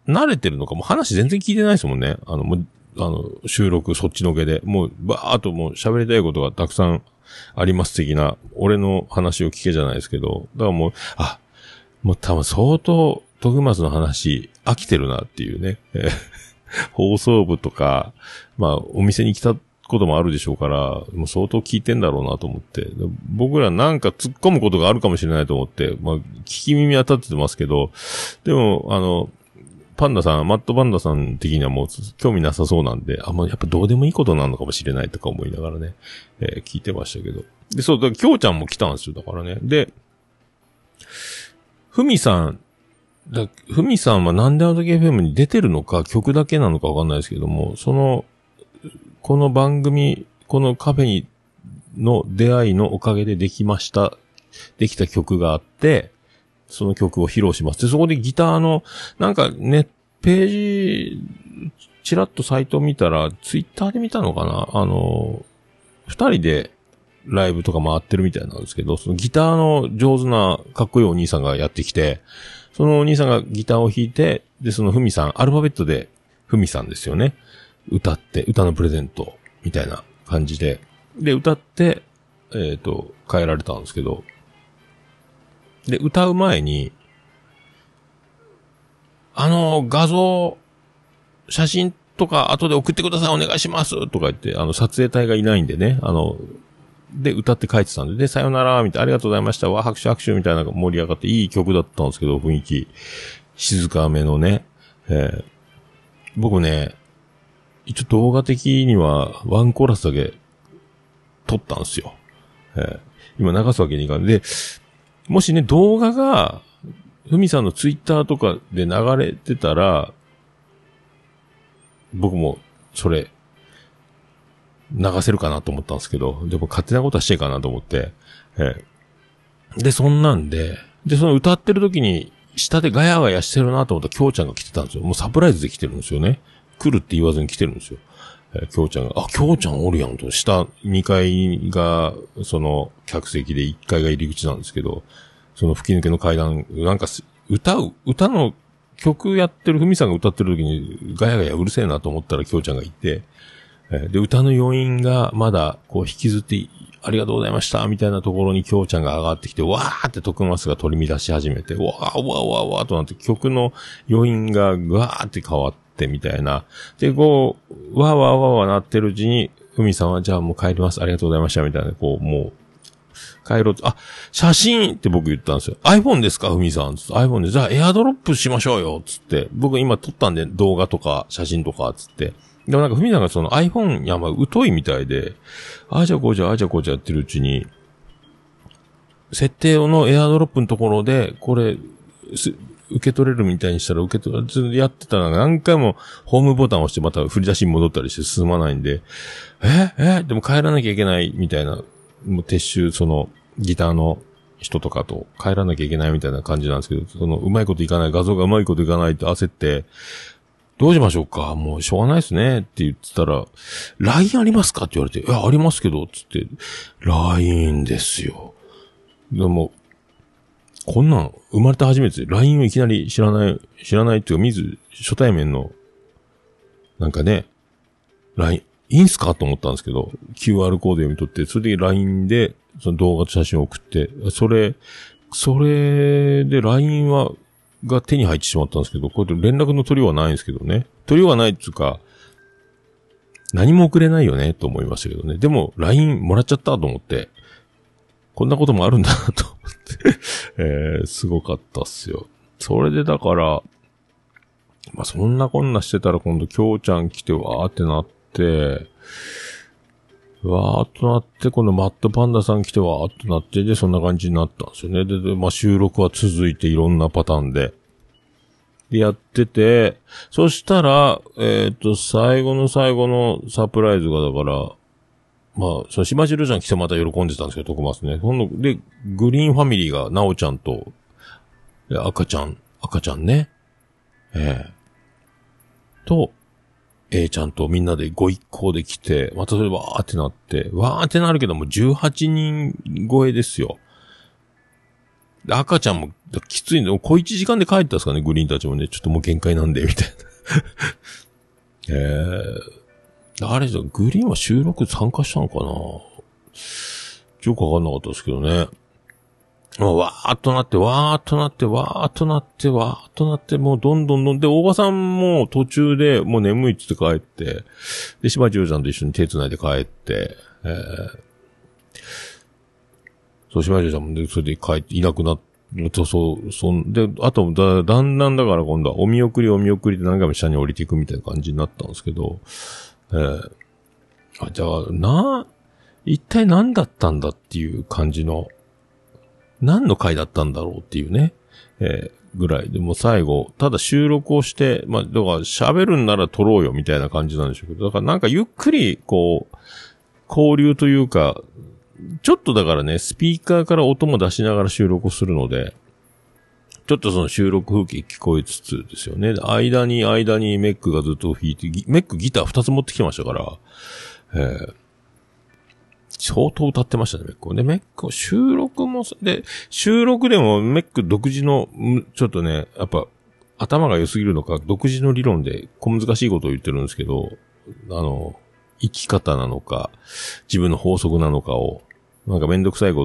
慣れてるのか、もう話全然聞いてないですもんね。収録そっちのけで。もう、バーっともう喋りたいことがたくさんあります的な、俺の話を聞けじゃないですけど、だからもう、もう多分相当、徳松の話、飽きてるなっていうね。放送部とか、まあ、お店に来たこともあるでしょうから、もう相当聞いてんだろうなと思って。僕らなんか突っ込むことがあるかもしれないと思って、まあ、聞き耳当たってますけど、でも、マットパンダさん的にはもう興味なさそうなんで、もうやっぱどうでもいいことなのかもしれないとか思いながらね、聞いてましたけど。で、そう、だから、きょうちゃんも来たんですよ、だからね。で、ふみさんはなんであの時 FM に出てるのか、曲だけなのかわかんないですけども、この番組、このカフェの出会いのおかげでできた曲があって、その曲を披露します。で、そこでギターの、なんかね、ページ、チラッとサイト見たら、ツイッターで見たのかな？二人でライブとか回ってるみたいなんですけど、そのギターの上手なかっこいいお兄さんがやってきて、そのお兄さんがギターを弾いて、で、そのふみさん、アルファベットでふみさんですよね。歌のプレゼント、みたいな感じで。で、歌って、変えられたんですけど、で、歌う前に、画像、写真とか後で送ってくださいお願いしますとか言って、撮影隊がいないんでね、で、歌って書いてたんで、で、さよなら、みたいな、ありがとうございました、拍手みたいなのが盛り上がっていい曲だったんですけど、雰囲気、静かめのね、僕ね、一応動画的にはワンコーラスだけ撮ったんですよ。今流すわけにいかんで、もしね、動画が、ふみさんのツイッターとかで流れてたら、僕も、それ、流せるかなと思ったんですけど、でも勝手なことはしちゃいかなと思って、で、そんなんで、その歌ってる時に、下でガヤガヤしてるなと思ったら、きょうちゃんが来てたんですよ。もうサプライズで来てるんですよね。来るって言わずに来てるんですよ。きょうちゃんが、きょうちゃんおるやんと、下、2階が、客席で1階が入り口なんですけど、その吹き抜けの階段、なんか、歌の曲やってる、ふみさんが歌ってる時に、ガヤガヤうるせえなと思ったらきょうちゃんがいて、で、歌の余韻がまだ、こう引きずって、ありがとうございました、みたいなところにきょうちゃんが上がってきて、わーって徳松が取り乱し始めて、わーとなって曲の余韻がわーって変わって、みたいな。で、こう、わーなってるうちに、ふみさんは、じゃあもう帰ります、ありがとうございました、みたいな、こう、もう、帰ろうと、写真って僕言ったんですよ。iPhone ですか、ふみさん。iPhone で、じゃあエアドロップしましょうよ、つって。僕今撮ったんで、動画とか写真とか、つって。でもなんかふみさんがその iPhone や疎いみたいで、じゃあこうじゃやってるうちに、設定のエアドロップのところで、これ、受け取れるみたいにしたらやってたら何回もホームボタンを押してまた振り出しに戻ったりして進まないんで、でも帰らなきゃいけないみたいな、もう撤収、ギターの人とかと帰らなきゃいけないみたいな感じなんですけど、うまいこといかない、画像がうまいこといかないって焦って、どうしましょうか、もうしょうがないですねって言ってたら、LINE ありますかって言われて、ありますけど、つって、LINE ですよ。でも、こんなん、生まれて初めて、LINE をいきなり知らないっていうか、初対面の、なんかね、LINE、いいんすかと思ったんですけど、QR コード読み取って、それで LINE で、その動画と写真を送って、それで LINE が手に入ってしまったんですけど、これで連絡の取りはないんですけどね。取りはないっていうか、何も送れないよね、と思いましたけどね。でも、LINE もらっちゃったと思って、こんなこともあるんだなと思って、すごかったっすよ。それでだから、そんなこんなしてたら今度、きょうちゃん来てわーってなって、わーっとなって、このマットパンダさん来てわーっとなって、で、そんな感じになったんですよね。で、収録は続いていろんなパターンで。で、やってて、そしたら、最後の最後のサプライズがだから、その島次郎ちゃん来てまた喜んでたんですけど、徳松ね。で、グリーンファミリーが、なおちゃんと、赤ちゃんね。と、ちゃんとみんなでご一行で来て、またそれわーってなって、わーってなるけども18人超えですよ。 で、赤ちゃんもきついんで、小1時間で帰ったんですかね、グリーンたちもね、ちょっともう限界なんで、みたいな。あれじゃ、グリーンは収録参加したのかな？よくわかんなかったですけどね。もうわーっとなって、もうどんどんで、大場さんも途中でもう眠いって言って帰って、で、柴千代ちゃんと一緒に手繋いで帰って、そう、柴千代ちゃんもで、それで帰っていなくなって、で、あと、だんだんだから今度はお見送りで何回も下に降りていくみたいな感じになったんですけど、じゃあ、一体何だったんだっていう感じの、何の回だったんだろうっていうね、ぐらいでも最後、ただ収録をして、まあ、だから喋るんなら撮ろうよみたいな感じなんでしょうけど、だからなんかゆっくり、こう、交流というか、ちょっとだからね、スピーカーから音も出しながら収録をするので、ちょっとその収録風景聞こえつつですよね。間にメックがずっと弾いて、メックギター2つ持ってきてましたから、相当歌ってましたね、メックをね。メックを収録でもメック独自の、ちょっとね、やっぱ頭が良すぎるのか、独自の理論で小難しいことを言ってるんですけど、生き方なのか、自分の法則なのかを、なんかめんどくさい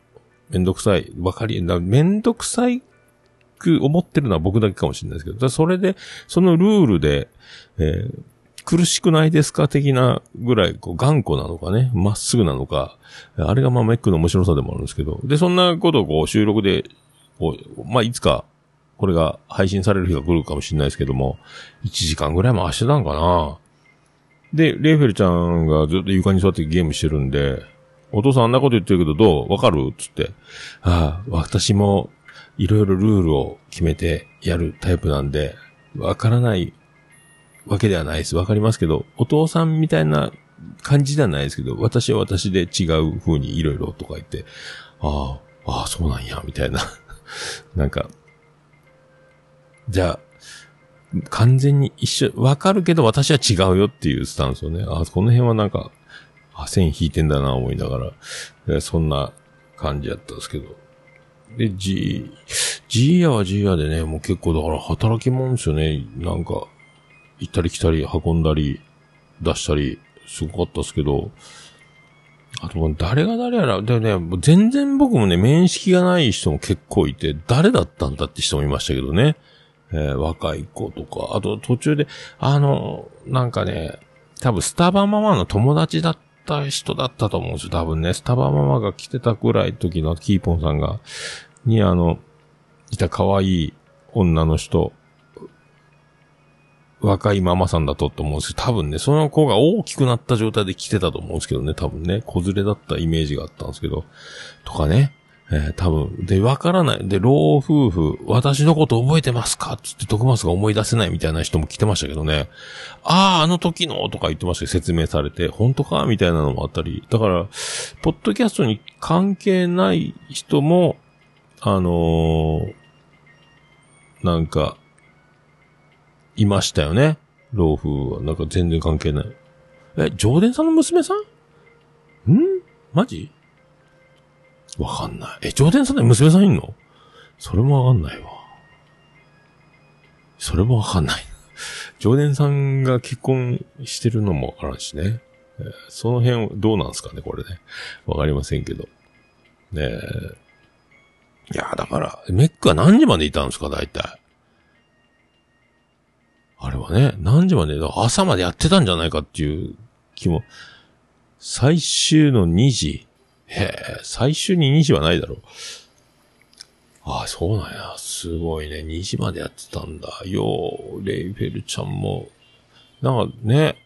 く思ってるのは僕だけかもしれないですけど、それで、そのルールで、苦しくないですか的なぐらい、こう、頑固なのかね、まっすぐなのか、あれがまあメックの面白さでもあるんですけど、で、そんなことをこう、収録で、こう、まあいつか、これが配信される日が来るかもしれないですけども、1時間ぐらい回してたんかな。で、レイフェルちゃんがずっと床に座ってゲームしてるんで、お父さんあんなこと言ってるけどどう？わかる？つって。私もいろいろルールを決めてやるタイプなんで、わからないわけではないです。わかりますけど、お父さんみたいな感じではないですけど、私は私で違う風にいろいろとか言って、そうなんや、みたいな。なんか、じゃあ、完全にわかるけど私は違うよっていうスタンスをね。この辺はなんか、線引いてんだな思いながら、そんな感じやったんですけど。で、ジーヤはジーヤでね、もう結構だから働きもんですよね。なんか、行ったり来たり、運んだり、出したり、すごかったですけど、あと、誰が誰やら、でね、全然僕もね、面識がない人も結構いて、誰だったんだって人もいましたけどね。若い子とか、あと途中で、なんかね、多分スタバママの友達だった人だったと思うんですよ。多分ね、スタバママが来てたぐらい時のキーポンさんが、いた可愛い女の人、若いママさんだと思うんですけど、多分ね、その子が大きくなった状態で来てたと思うんですけどね、多分ね、子連れだったイメージがあったんですけど、とかね、多分、で、わからない。で、老夫婦、私のこと覚えてますかつって徳松が思い出せないみたいな人も来てましたけどね。あの時のとか言ってましたけど、説明されて、本当かみたいなのもあったり。だから、ポッドキャストに関係ない人も、なんか、いましたよね。老夫婦は。なんか全然関係ない。ジョーデンさんの娘さん？マジ？わかんない。ジョーデンさんで娘さんいんの？それもわかんないわ。それもわかんない。ジョーデンさんが結婚してるのもわからんしね。その辺どうなんすかね、これね。わかりませんけど。いや、だから、メックは何時までいたんですか、大体。あれはね、何時まで、朝までやってたんじゃないかっていう気も。最終の2時。最終に2時はないだろう。そうなんや。すごいね。2時までやってたんだ。レイフェルちゃんも、なんかね、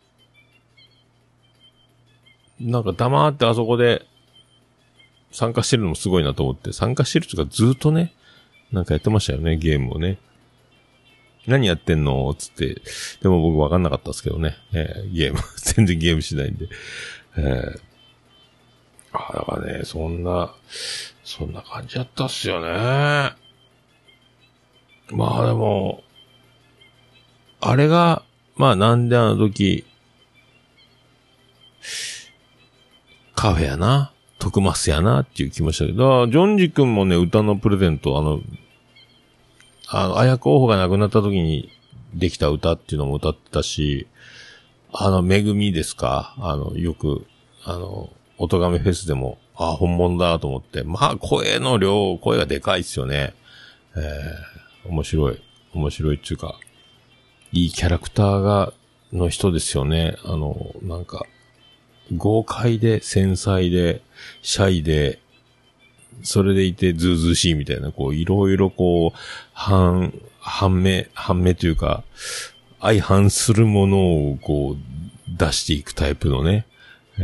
なんか黙ってあそこで参加してるのもすごいなと思って、参加してる人がずっとね、なんかやってましたよね、ゲームをね。何やってんのつって、でも僕わかんなかったですけどね、ゲーム、全然ゲームしないんで。だからね、そんな感じやったっすよね。まあでも、あれが、まあなんで時、カフェやな、 徳増やなっていう気もしたけど、ジョンジ君もね、歌のプレゼント、綾候補が亡くなった時にできた歌っていうのも歌ってたし、めぐみですか？よく、おとがめフェスでも、本物だと思って、まあ、声がでかいっすよね。面白いっていうか、いいキャラクターの人ですよね。なんか、豪快で、繊細で、シャイで、それでいてずうずうしいみたいな、こう、いろいろこう、反目というか、相反するものをこう、出していくタイプのね。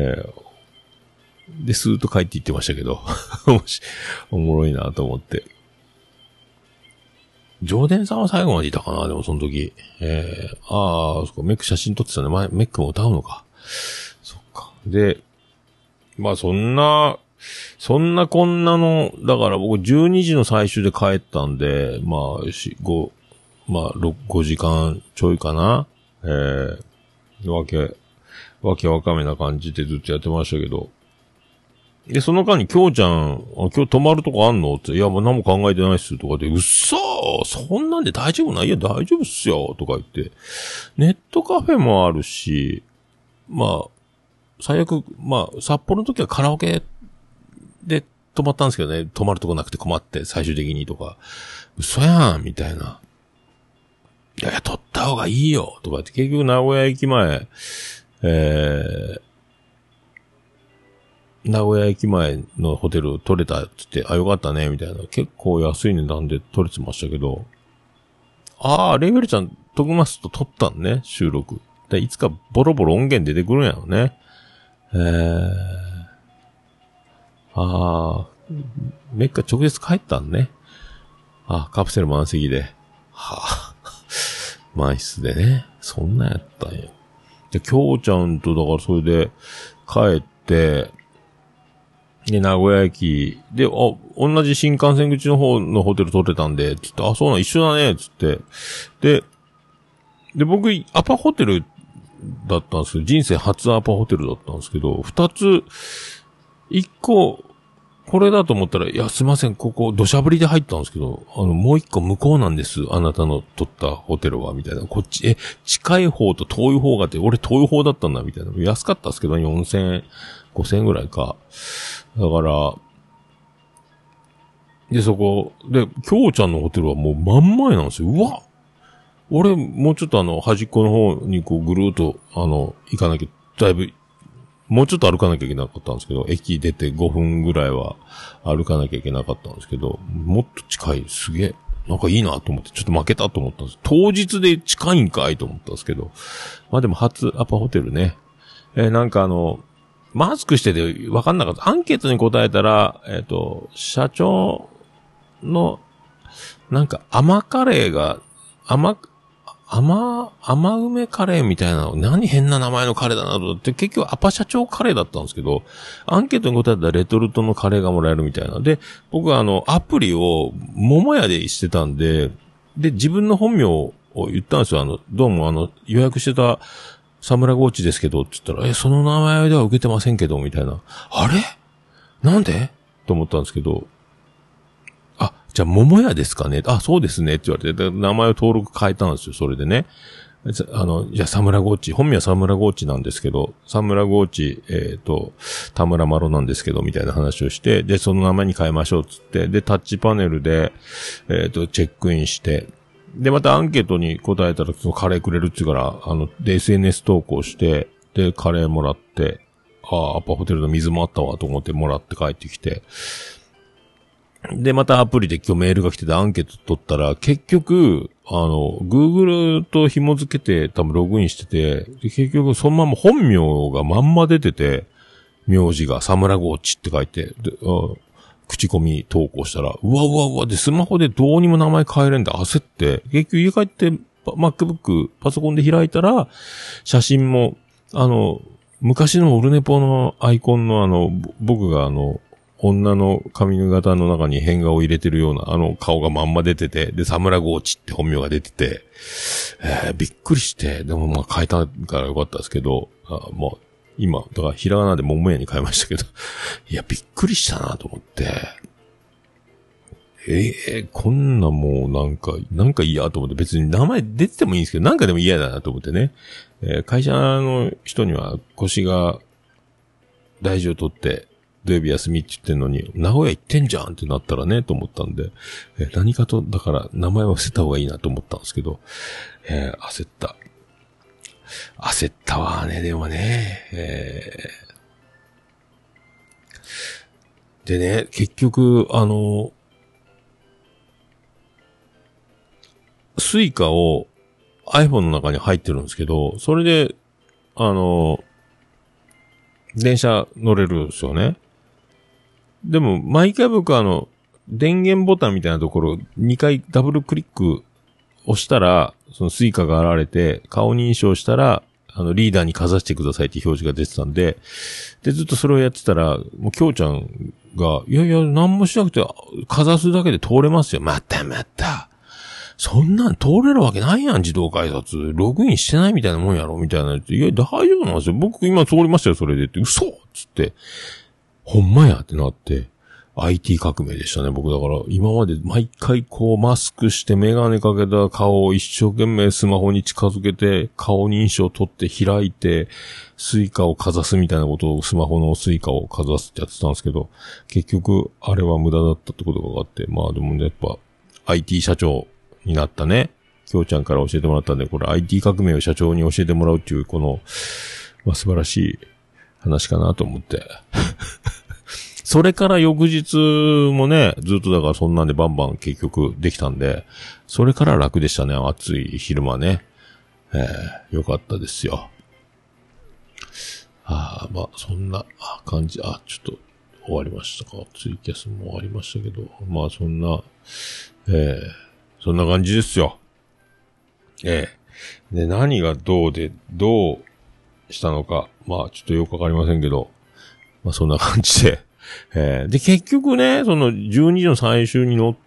で、スーッと帰っていってましたけど、おもろいなと思って。ジョーデンさんは最後までいたかな、でもその時。そっか、メック写真撮ってたね。メックも歌うのか。そっか。で、まあそんなこんなの、だから僕12時の最終で帰ったんで、まあ、5時間ちょいかな。わけわかめな感じでずっとやってましたけど。で、その間にきょうちゃん、今日泊まるとこあんのって、いや、もう何も考えてないっす、とかで、うっそーそんなんで大丈夫ない？いや、大丈夫っすよ、とか言って。ネットカフェもあるし、まあ、最悪、まあ、札幌の時はカラオケで泊まったんですけどね、泊まるとこなくて困って、最終的にとか、嘘やん、みたいな。いや、撮った方がいいよ、とかって、結局名古屋駅前、名古屋駅前のホテル取れたって言って、よかったね、みたいな。結構安い値段で取れてましたけど。レイベルちゃん、徳松と撮ったんね、収録。で、いつかボロボロ音源出てくるんやろね。メッカ直接帰ったんね。カプセル満席で。満室でね。そんなやったんや。で、きょうちゃんと、だからそれで、帰って、で、名古屋駅で、同じ新幹線口の方のホテル取れたんで、つって、そうなん、一緒だね、つって。で、僕、アパホテルだったんですけど、人生初アパホテルだったんですけど、一個、これだと思ったら、いや、すいません、ここ、土砂降りで入ったんですけど、もう一個向こうなんです、あなたの取ったホテルは、みたいな。こっち、近い方と遠い方があって、俺遠い方だったんだ、みたいな。安かったですけど、4000、5000円ぐらいか。だから、で、そこ、で、きょうちゃんのホテルはもう真ん前なんですよ。うわ！俺、もうちょっと端っこの方にこうぐるーっと、行かなきゃ、だいぶ、もうちょっと歩かなきゃいけなかったんですけど、駅出て5分ぐらいは歩かなきゃいけなかったんですけど、もっと近い、すげえ、なんかいいなと思って、ちょっと負けたと思ったんです。当日で近いんかいと思ったんですけど、まあでも初アパホテルね。なんかマスクしてて分かんなかった。アンケートに答えたら、社長の、なんか甘カレーが、甘梅カレーみたいな、何変な名前のカレーだなと思って、結局アパ社長カレーだったんですけど、アンケートに答えたらレトルトのカレーがもらえるみたいな。で、僕はアプリを桃屋でしてたんで、で、自分の本名を言ったんですよ。どうも予約してた、サムラゴーチですけど、って言ったら、その名前では受けてませんけど、みたいな。あれなんでと思ったんですけど、じゃあ、桃屋ですかねそうですね、って言われて、名前を登録変えたんですよ、それでね。じゃあ、サムラゴーチ、本名はサムラゴーチなんですけど、サムラゴーチ、田村麻呂なんですけど、みたいな話をして、で、その名前に変えましょう、つって、で、タッチパネルで、チェックインして、で、またアンケートに答えたら、そのカレーくれるって言うから、で、SNS 投稿して、で、カレーもらって、アパホテルの水もあったわ、と思ってもらって帰ってきて、で、またアプリで今日メールが来ててアンケート取ったら、結局、Google と紐付けて多分ログインしてて、で結局そのまま本名がまんま出てて、名字がサムラゴーチって書いて、で口コミ投稿したら、うわ、で、スマホでどうにも名前変えれんで焦って、結局家帰って、MacBook、パソコンで開いたら、写真も、昔のオルネポのアイコンの僕が女の髪型の中に変顔を入れてるような顔がまんま出てて、で、サムラゴーチって本名が出てて、びっくりして、でも変えたからよかったですけど、もう、 今、だからひらがなで桃屋に変えましたけど。いや、びっくりしたなと思って。こんなもうなんか嫌と思って、別に名前出ててもいいんですけど、なんかでも嫌だなと思ってね。会社の人には腰が大事を取って土曜日休みって言ってんのに、名古屋行ってんじゃんってなったらね、と思ったんで、何かと、だから名前は伏せた方がいいなと思ったんですけど、焦ったわね、でもね、でね、結局、スイカを iPhone の中に入ってるんですけど、それで、電車乗れるんですよね。でも、毎回僕電源ボタンみたいなところ、2回ダブルクリック押したら、そのスイカが現れて、顔認証したら、リーダーにかざしてくださいって表示が出てたんで、で、ずっとそれをやってたら、もうきょうちゃんが、いやいや、なんもしなくて、かざすだけで通れますよ。また。そんなん通れるわけないやん、自動改札。ログインしてないみたいなもんやろみたいな。いや、大丈夫なんですよ。僕今通りましたよ、それでって。嘘っつって。ほんまやってなって。IT 革命でしたね、僕だから。今まで毎回こうマスクしてメガネかけた顔を一生懸命スマホに近づけて、顔認証取って開いて、スイカをかざすみたいなことを、スマホのスイカをかざすってやってたんですけど、結局、あれは無駄だったってことが分かって、まあでもね、やっぱ、IT 社長、になったね。きょうちゃんから教えてもらったんで、これ IT 革命を社長に教えてもらうっていう、この、まあ、素晴らしい話かなと思って。それから翌日もね、ずっとだからそんなんでバンバン結局できたんで、それから楽でしたね、暑い昼間ね。よかったですよ。まあ、そんな感じ、ちょっと終わりましたか。ツイキャスも終わりましたけど、まあそんな、そんな感じですよ。で、何がどうしたのか、まあちょっとよくわかりませんけど、まあそんな感じで、で、結局ね、その12時の最終に乗って、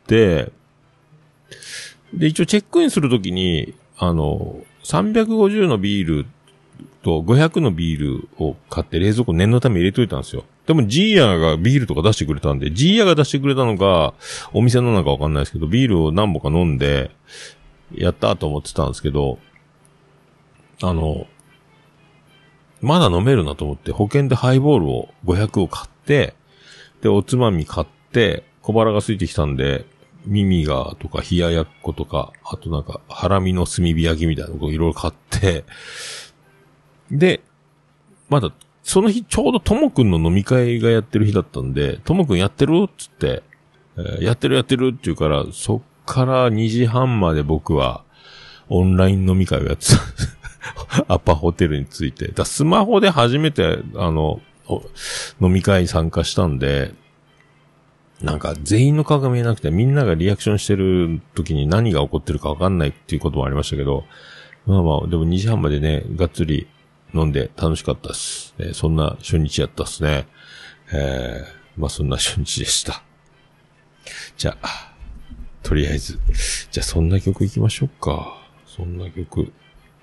で、一応チェックインするときに、350のビールと500のビールを買って冷蔵庫念のため入れといたんですよ。でもジーヤがビールとか出してくれたんで、ジーヤが出してくれたのか、お店のなんかわかんないですけど、ビールを何本か飲んで、やったと思ってたんですけど、まだ飲めるなと思って、保険でハイボールを500を買って、で、おつまみ買って、小腹が空いてきたんで、耳がとか冷ややっことか、あとなんか、ハラミの炭火焼きみたいなのをいろいろ買って、で、まだ、その日ちょうどともくんの飲み会がやってる日だったんで、ともくんやってるつって、やってるって言うから、そっから2時半まで僕はオンライン飲み会をやってた。アパホテルに着いて。スマホで初めて飲み会に参加したんで、なんか全員の顔が見えなくてみんながリアクションしてる時に何が起こってるかわかんないっていうこともありましたけど、まあまあ、でも2時半までね、がっつり飲んで楽しかったです。そんな初日やったっすね。まあそんな初日でした。じゃあ、とりあえず、じゃあそんな曲行きましょうか。そんな曲。よ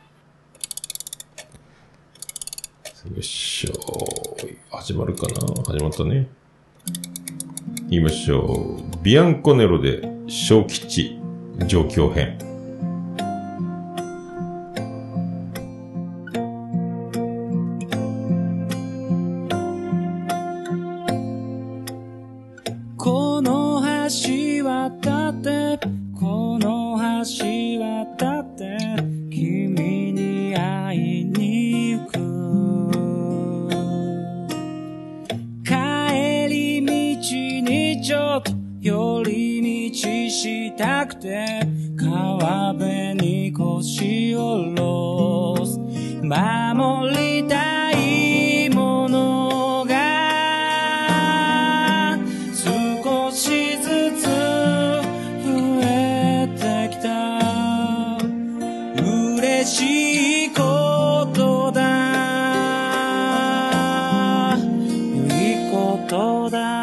っしょ。始まるかな？始まったね。言いましょう。ビアンコネロで小吉上京編。 この橋渡ってこの橋渡って君に会いに行く帰り道にちょっと寄り道したくて川辺に腰を下ろす守りたいものが少しずつ増えてきた嬉しいことだ良いことだ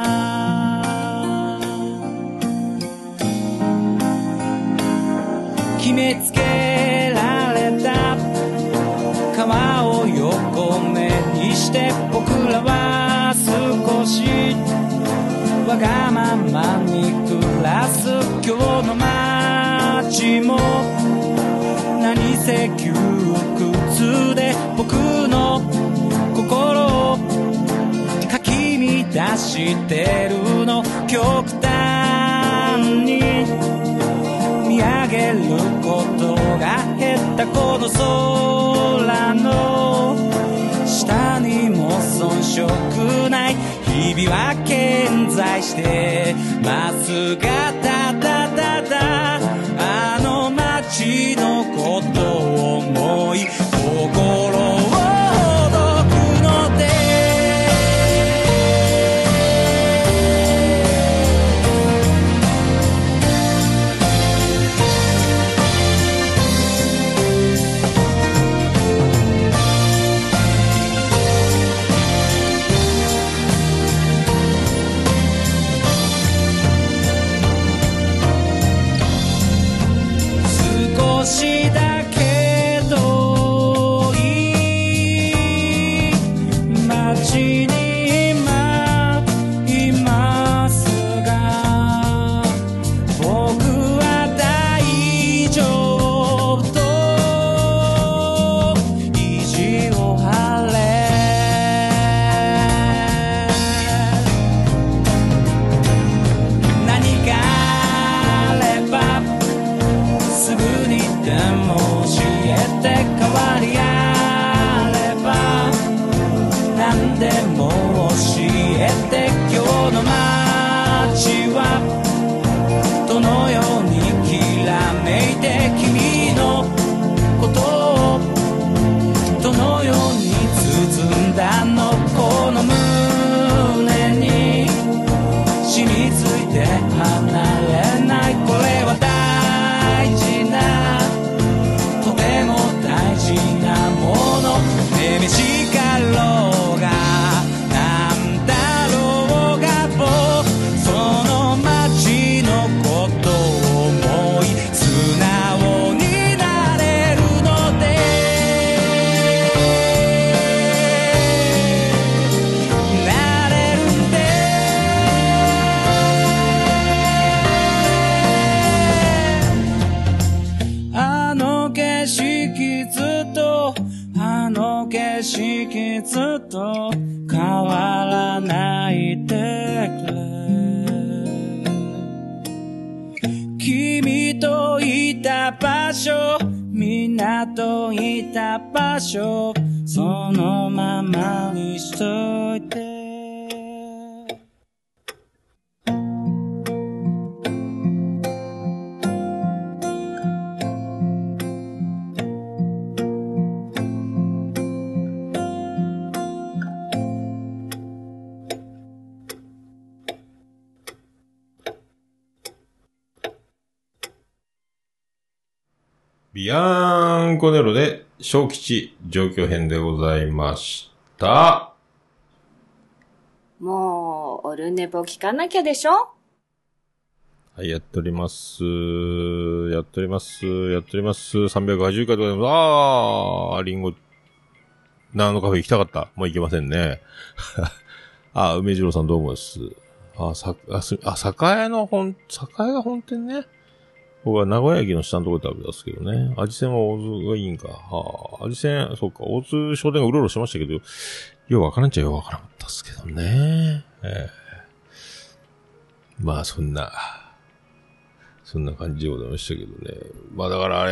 決めつけられた川を横目にしてせ窮屈で僕の心をかき乱してるの。極端に見上げることが減ったこの空の下にも遜色ない日々は健在してますが、ただただあの街のことを思い心をほどくので、少しだけ遠い街に今いますが、僕は大丈夫と意地を張れ。何かあればすぐにでも教えて、変わりあれば何でも教えて。今日の街はどのようにきらめいて、君のことをどのように包んだの。この胸に染みついて離れない、これは大事なとても大事なもの。ねみしかろうがなんだろうが、僕その街のことを思い素直になれるので、なれるんで。あの景色ずっと、あの景色ずっと変わらないでくれ。君といた場所、みんなといた場所、そのままにしといて。 ビアンコネロで小吉状況編でございました。 もう、オルネポ聞かなきゃでしょ？ はい、やっております。350回でございます。リンゴ、長野カフェ行きたかった。もう行けませんね。梅次郎さんどうもです。栄が本店ね。僕は名古屋駅の下のところで食べたんですけどね。味仙は大津がいいんか。味仙、そうか、大津商店がうろうろしましたけど、ようわからんっちゃようわからなかったですけどね。まあそんな感じでございましたけどね。まあだから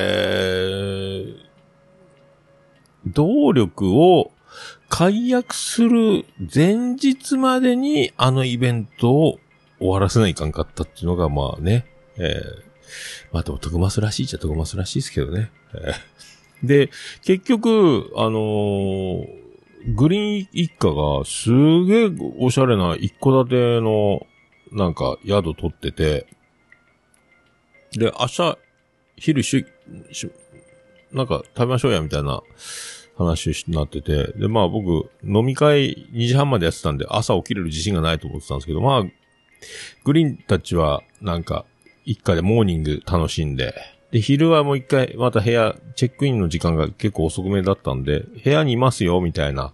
動力を解約する前日までにあのイベントを終わらせないかんかったっていうのがまあね、まあでも徳増らしいっちゃ徳増らしいですけどね。で、結局、グリーン一家がすげえおしゃれな一戸建てのなんか宿取ってて、で、昼なんか食べましょうやみたいな話になってて、で、まあ僕、飲み会2時半までやってたんで朝起きれる自信がないと思ってたんですけど、まあ、グリーンたちはなんか一家でモーニング楽しんで、で、昼はもう一回また部屋、チェックインの時間が結構遅くめだったんで、部屋にいますよみたいな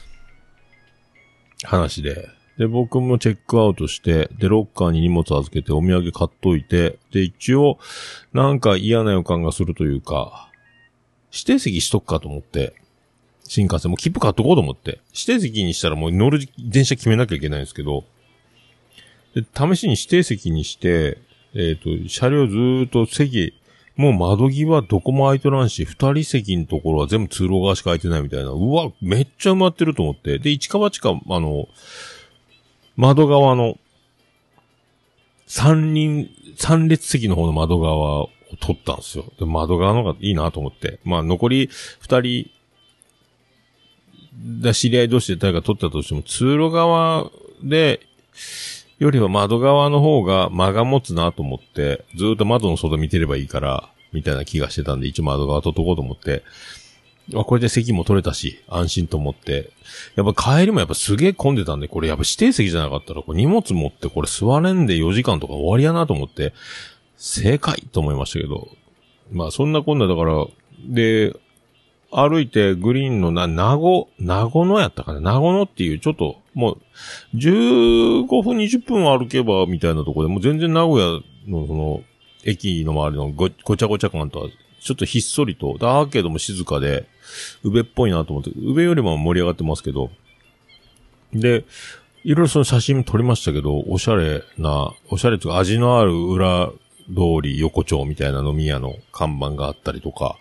話で、で、僕もチェックアウトして、で、ロッカーに荷物預けてお土産買っといて、で、一応、なんか嫌な予感がするというか、 指定席しとくかと思って、新幹線もう切符買っとこうと思って、指定席にしたらもう乗る電車決めなきゃいけないんですけど、で試しに指定席にして、車両ずーっと席、もう窓際どこも空いとらんし、二人席のところは全部通路側しか空いてないみたいな。うわ、めっちゃ埋まってると思って。で、一か八か、窓側の、三列席の方の窓側を取ったんですよ。で、窓側の方がいいなと思って。まあ、残り二人、知り合い同士で誰か取ったとしても、通路側で、よりは窓側の方が間が持つなと思って、ずーっと窓の外見てればいいから、みたいな気がしてたんで、一応窓側取っとこうと思って、これで席も取れたし、安心と思って、やっぱ帰りもやっぱすげえ混んでたんで、これやっぱ指定席じゃなかったら、これ荷物持ってこれ座れんで4時間とか終わりやなと思って、正解と思いましたけど、まあそんなこんなだから、で、歩いてグリーンの名護野やったかな、名護野っていうちょっともう15分20分歩けばみたいなところでもう全然名古屋のその駅の周りのごちゃごちゃ感とはちょっとひっそりと、アーケードも静かで宇部っぽいなと思って、宇部よりも盛り上がってますけど、でいろいろその写真撮りましたけど、おしゃれっていうか味のある裏通り横丁みたいな飲み屋の看板があったりとか、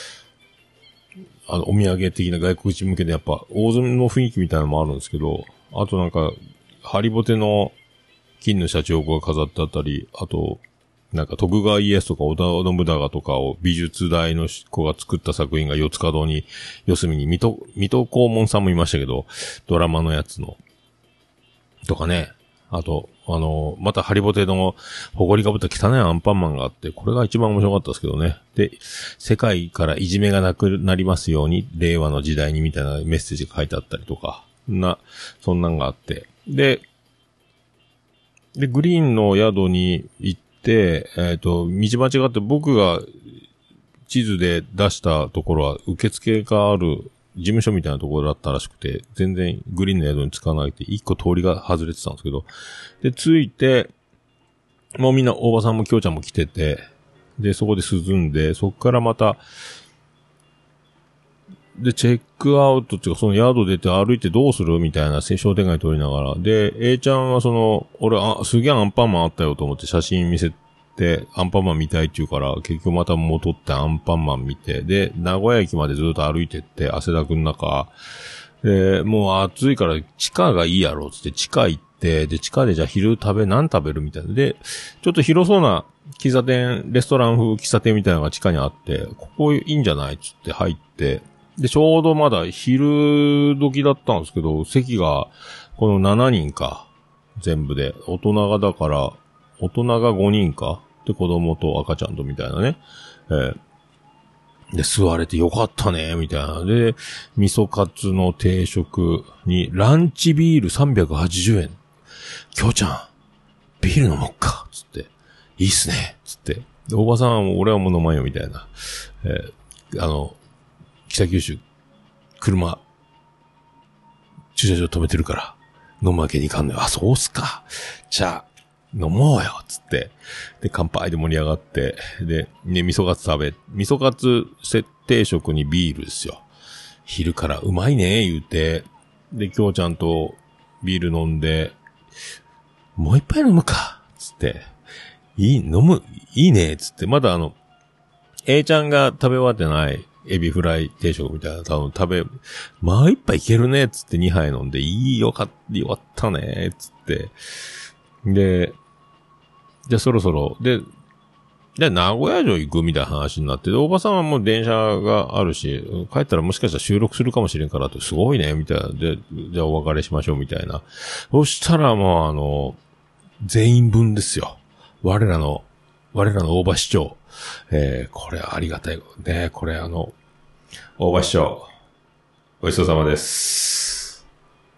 お土産的な外国人向けでやっぱ大相撲の雰囲気みたいなのもあるんですけど、あとなんかハリボテの金のシャチホコが飾ってあったり、あとなんか徳川家康とか織田信長とかを美術大の子が作った作品が四つ角に、四隅に水戸黄門さんもいましたけど、ドラマのやつのとかね、あとまたハリボテの埃かぶった汚いアンパンマンがあって、これが一番面白かったですけどね。で、世界からいじめがなくなりますように、令和の時代にみたいなメッセージが書いてあったりとか、そんなんがあって。で、グリーンの宿に行って、道間違って僕が地図で出したところは受付がある事務所みたいなところだったらしくて、全然グリーンの宿に着かなくて、一個通りが外れてたんですけど、で、着いて、もうみんな、大場さんも京ちゃんも来てて、で、そこで涼んで、そこからまた、で、チェックアウトっていうか、その宿出て歩いてどうするみたいな商店街通りながら、で、A ちゃんは俺、すげえアンパンマンあったよと思って写真見せて、アンパンマン見たいって言うから、結局また戻ってアンパンマン見て、で、名古屋駅までずっと歩いてって、汗だくの中、で、もう暑いから地下がいいやろ、つって地下行って、で、地下でじゃあ昼何食べるみたいな。で、ちょっと広そうな喫茶店、レストラン風喫茶店みたいなのが地下にあって、ここいいんじゃないつって入って、で、ちょうどまだ昼時だったんですけど、席が、この7人か、全部で、大人が5人か、で、子供と赤ちゃんとみたいなね。で、座れてよかったね、みたいな。で、味噌カツの定食に、ランチビール380円。京ちゃん、ビール飲もっか、つって。いいっすね、つって。で、おばさん、俺はもう飲まんよ、みたいな。北九州、車、駐車場止めてるから、飲むわけにいかんのよ。あ、そうっすか。じゃあ、飲もうよ、つって。で、乾杯で盛り上がって、で、味噌カツ味噌カツ設定食にビールですよ。昼からうまいね、言うて。で、京ちゃんとビール飲んで、もう一杯飲むか、つって。いいね、つって。まだA ちゃんが食べ終わってない、エビフライ定食みたいな多分まあ一杯いけるね、つって2杯飲んで、よかったね、つって。で、じゃあそろそろ、で、名古屋城行くみたいな話になって、で、おばさんはもう電車があるし、帰ったらもしかしたら収録するかもしれんからって、すごいね、みたいな。で、じゃあお別れしましょう、みたいな。そしたらもう全員分ですよ。我らの大場市長。これありがたい。ね、これ大場市長、ごちそうさまです。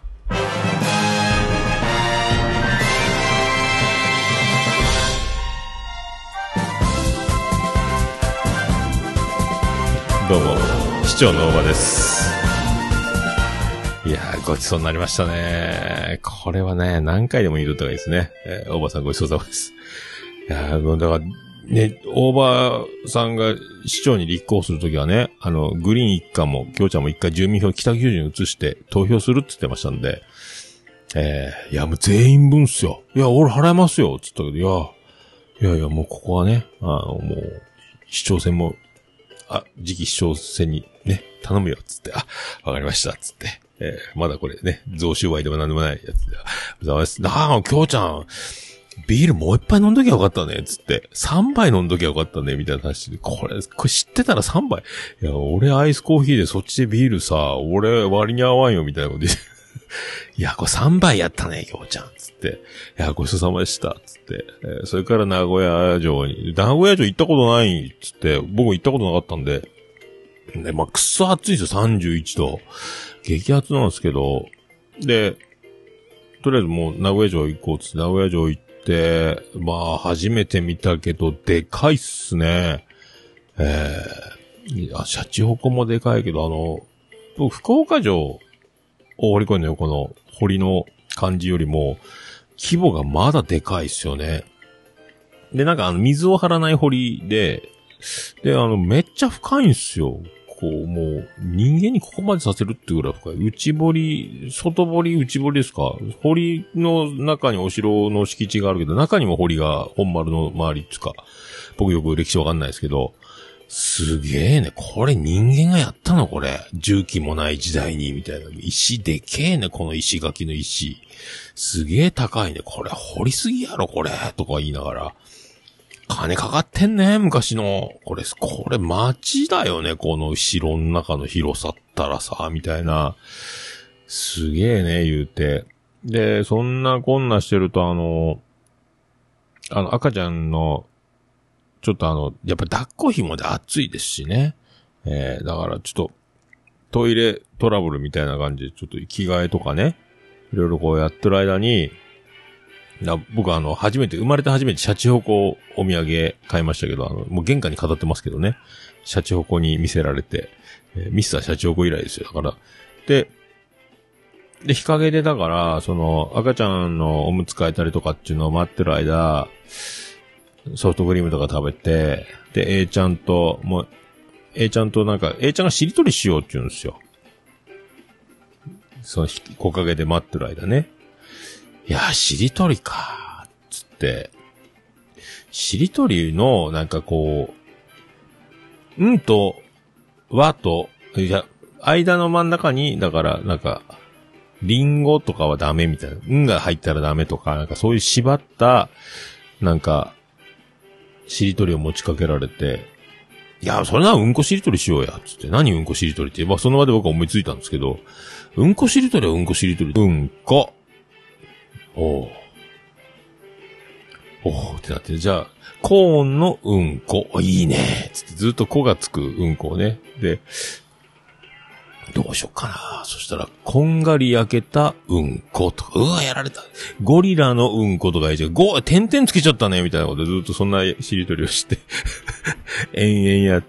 どうも、市長の大場ですー。いやー、ごちそうになりましたね。これはね、何回でも言うとった方がいいですね。大場さんごちそうさまです。いやー、だから、 ね、大場さんが市長に立候補するときはね、グリーン一家も、京ちゃんも一回住民票北九州に移して投票するって言ってましたんで、いや、もう全員分っすよ。いや、俺払いますよ、つったけど、いや、もうここはね、もう、市長選も、次期市長選にね、頼むよ、つって、わかりました、つって。まだこれね、贈収賄でもなんでもないやつで。ございます。京ちゃん、ビールもう一杯飲んどきゃよかったね、つって。3杯飲んどきゃよかったね、みたいな話で。これ知ってたら3杯。いや、俺アイスコーヒーでそっちでビールさ、俺割に合わんよ、みたいなことで。いや、これ3杯やったね、京ちゃん、つって。いや、ごちそうさまでした、つって。それから名古屋城行ったことない、つって。僕行ったことなかったんで。で、まあ、くっそ暑いですよ、31度。激暑なんですけど。で、とりあえずもう名古屋城行こう、つって、名古屋城行って、まあ、初めて見たけど、でかいっすね。シャチホコもでかいけど、福岡城、大堀公園の横の堀の感じよりも、規模がまだでかいっすよね。で、なんか水を張らない堀で、めっちゃ深いんすよ。こう、もう、人間にここまでさせるってぐらい深い。内堀、外堀、内堀ですか？堀の中にお城の敷地があるけど、中にも堀が本丸の周りっていうか、僕よく歴史わかんないですけど、すげえね。これ人間がやったのこれ。重機もない時代に、みたいな。石でけえね、この石垣の石。すげえ高いね。これ掘りすぎやろ、これ。とか言いながら。金かかってんね、昔の。これ街だよね、この城の中の広さったらさ、みたいな。すげえね、言うて。で、そんなこんなしてると赤ちゃんの、ちょっとやっぱ抱っこ紐で暑いですしね。だからちょっと、トイレトラブルみたいな感じで、ちょっと着替えとかね、いろいろこうやってる間に、僕生まれて初めてシャチホコお土産買いましたけど、もう玄関に飾ってますけどね。シャチホコに見せられて、ミスターシャチホコ以来ですよ。だから、で、日陰でだから、赤ちゃんのおむつ替えたりとかっていうのを待ってる間、ソフトクリームとか食べて、で、A ちゃんとA ちゃんがしりとりしようって言うんですよ。木陰で待ってる間ね。いや、しりとりか、つって、しりとりの、なんかこう、んと、わと、間の真ん中に、だから、なんか、リンゴとかはダメみたいな、んが入ったらダメとか、なんかそういう縛った、なんか、しりとりを持ちかけられて、いや、それならうんこしりとりしようや、つって。何うんこしりとりって、まあその場で僕は思いついたんですけど、うんこしりとりはうんこしりとり。うんこ。おーってなって、じゃあ、コーンのうんこ。いいね。つってずっとこがつくうんこをね。で、どうしよっかな。そしたら、こんがり焼けたうんことか。やられた。ゴリラのうんことか点々つけちゃったね、みたいなことでずっとそんなしりとりをして、延々やって、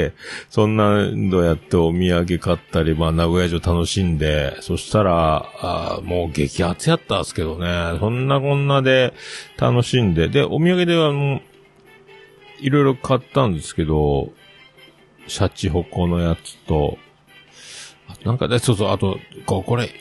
そんなのやってお土産買ったり、まあ、名古屋城楽しんで、そしたら、もう激アツやったんですけどね。そんなこんなで楽しんで、で、お土産でいろいろ買ったんですけど、シャチホコのやつと、なんかね、そう、あと、これ、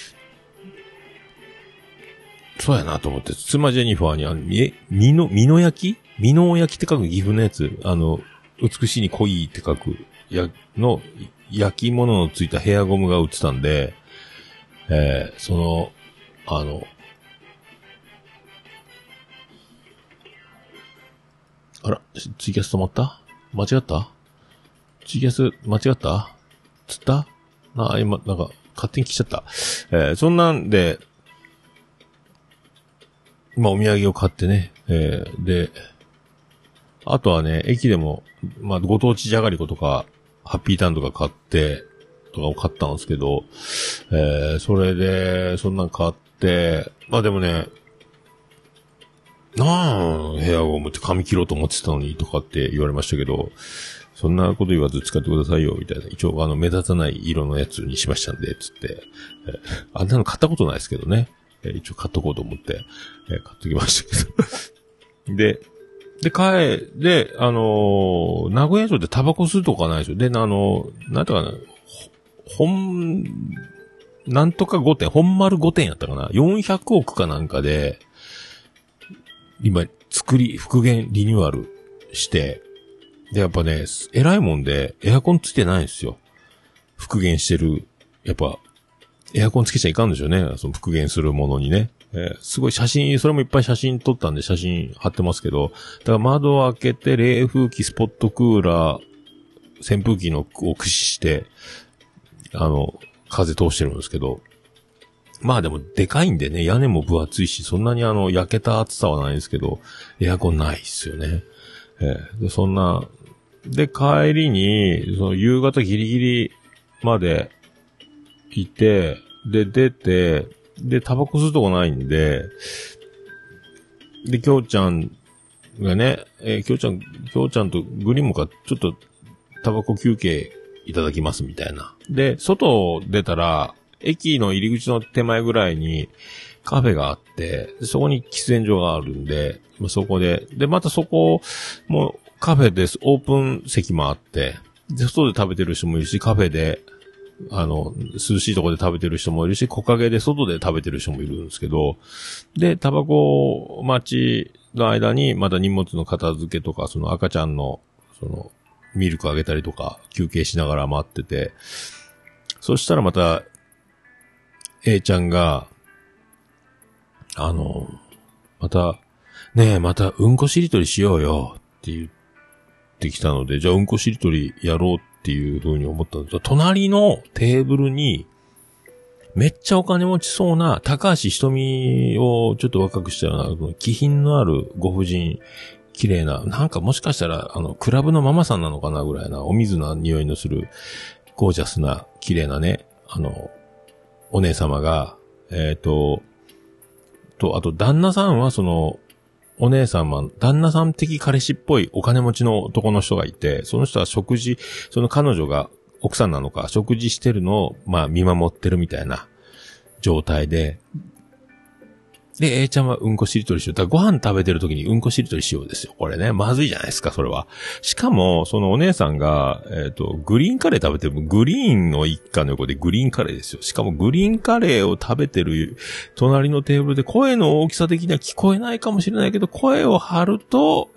そうやなと思って、妻ジェニファーに、美濃焼きって書く岐阜のやつ、美しいに濃いって書く、焼き物のついたヘアゴムが売ってたんで、あら、ツイキャス止まった？間違った？ツイキャス間違った？つった？今、なんか、勝手に来ちゃった。そんなんで、まあ、お土産を買ってね、で、あとはね、駅でも、まあ、ご当地じゃがりことか、ハッピーターンとか買って、とかを買ったんですけど、それで、そんなん買って、まあでもね、ヘアゴムって髪切ろうと思ってたのにとかって言われましたけど、そんなこと言わず使ってくださいよ、みたいな。一応、目立たない色のやつにしましたんで、つって。あんなの買ったことないですけどね。一応買っとこうと思って、買っときましたけど。で、 で、名古屋城でタバコ吸うとかないでしょ。で、なんとかな、なんとか5点、本丸5点やったかな。400億かなんかで、今、復元、リニューアルして、で、やっぱね、偉いもんで、エアコンついてないんですよ。復元してる。やっぱ、エアコンつけちゃいかんでしょうね。その復元するものにね。すごい写真、それもいっぱい写真撮ったんで写真貼ってますけど、だから窓を開けて冷風機、スポットクーラー、扇風機のを駆使して、風通してるんですけど、まあでもでかいんでね、屋根も分厚いし、そんなに焼けた暑さはないんですけど、エアコンないっすよね。で、そんな、で、帰りに、その夕方ギリギリまでいて、で、出て、で、タバコ吸うとこないんで、で、きょうちゃんがね、きょうちゃんとグリーンもか、ちょっとタバコ休憩いただきますみたいな。で、外出たら、駅の入り口の手前ぐらいにカフェがあって、そこに喫煙所があるんで、そこで、で、またそこもカフェです。オープン席もあって、で、外で食べてる人もいるし、カフェで、涼しいとこで食べてる人もいるし、木陰で外で食べてる人もいるんですけど、で、タバコ待ちの間に、また荷物の片付けとか、その赤ちゃんの、ミルクあげたりとか、休憩しながら待ってて、そしたらまた、A ちゃんが、またうんこしりとりしようよって言ってきたので、じゃあうんこしりとりやろうっていう風に思ったんですが、隣のテーブルに、めっちゃお金持ちそうな高橋ひとみをちょっと若くしたような、気品のあるご婦人、綺麗な、なんかもしかしたら、クラブのママさんなのかなぐらいな、お水な匂いのする、ゴージャスな、綺麗なね、お姉様が、あと、旦那さんはお姉様、旦那さん的彼氏っぽいお金持ちの男の人がいて、その人は彼女が奥さんなのか、食事してるのを、見守ってるみたいな状態で、で、A ちゃんはうんこしりとりしよう。だからご飯食べてる時にうんこしりとりしようですよ。これね、まずいじゃないですか、それは。しかも、そのお姉さんが、グリーンカレー食べてる、グリーンの一家の横でグリーンカレーですよ。しかもグリーンカレーを食べてる隣のテーブルで声の大きさ的には聞こえないかもしれないけど、声を張ると、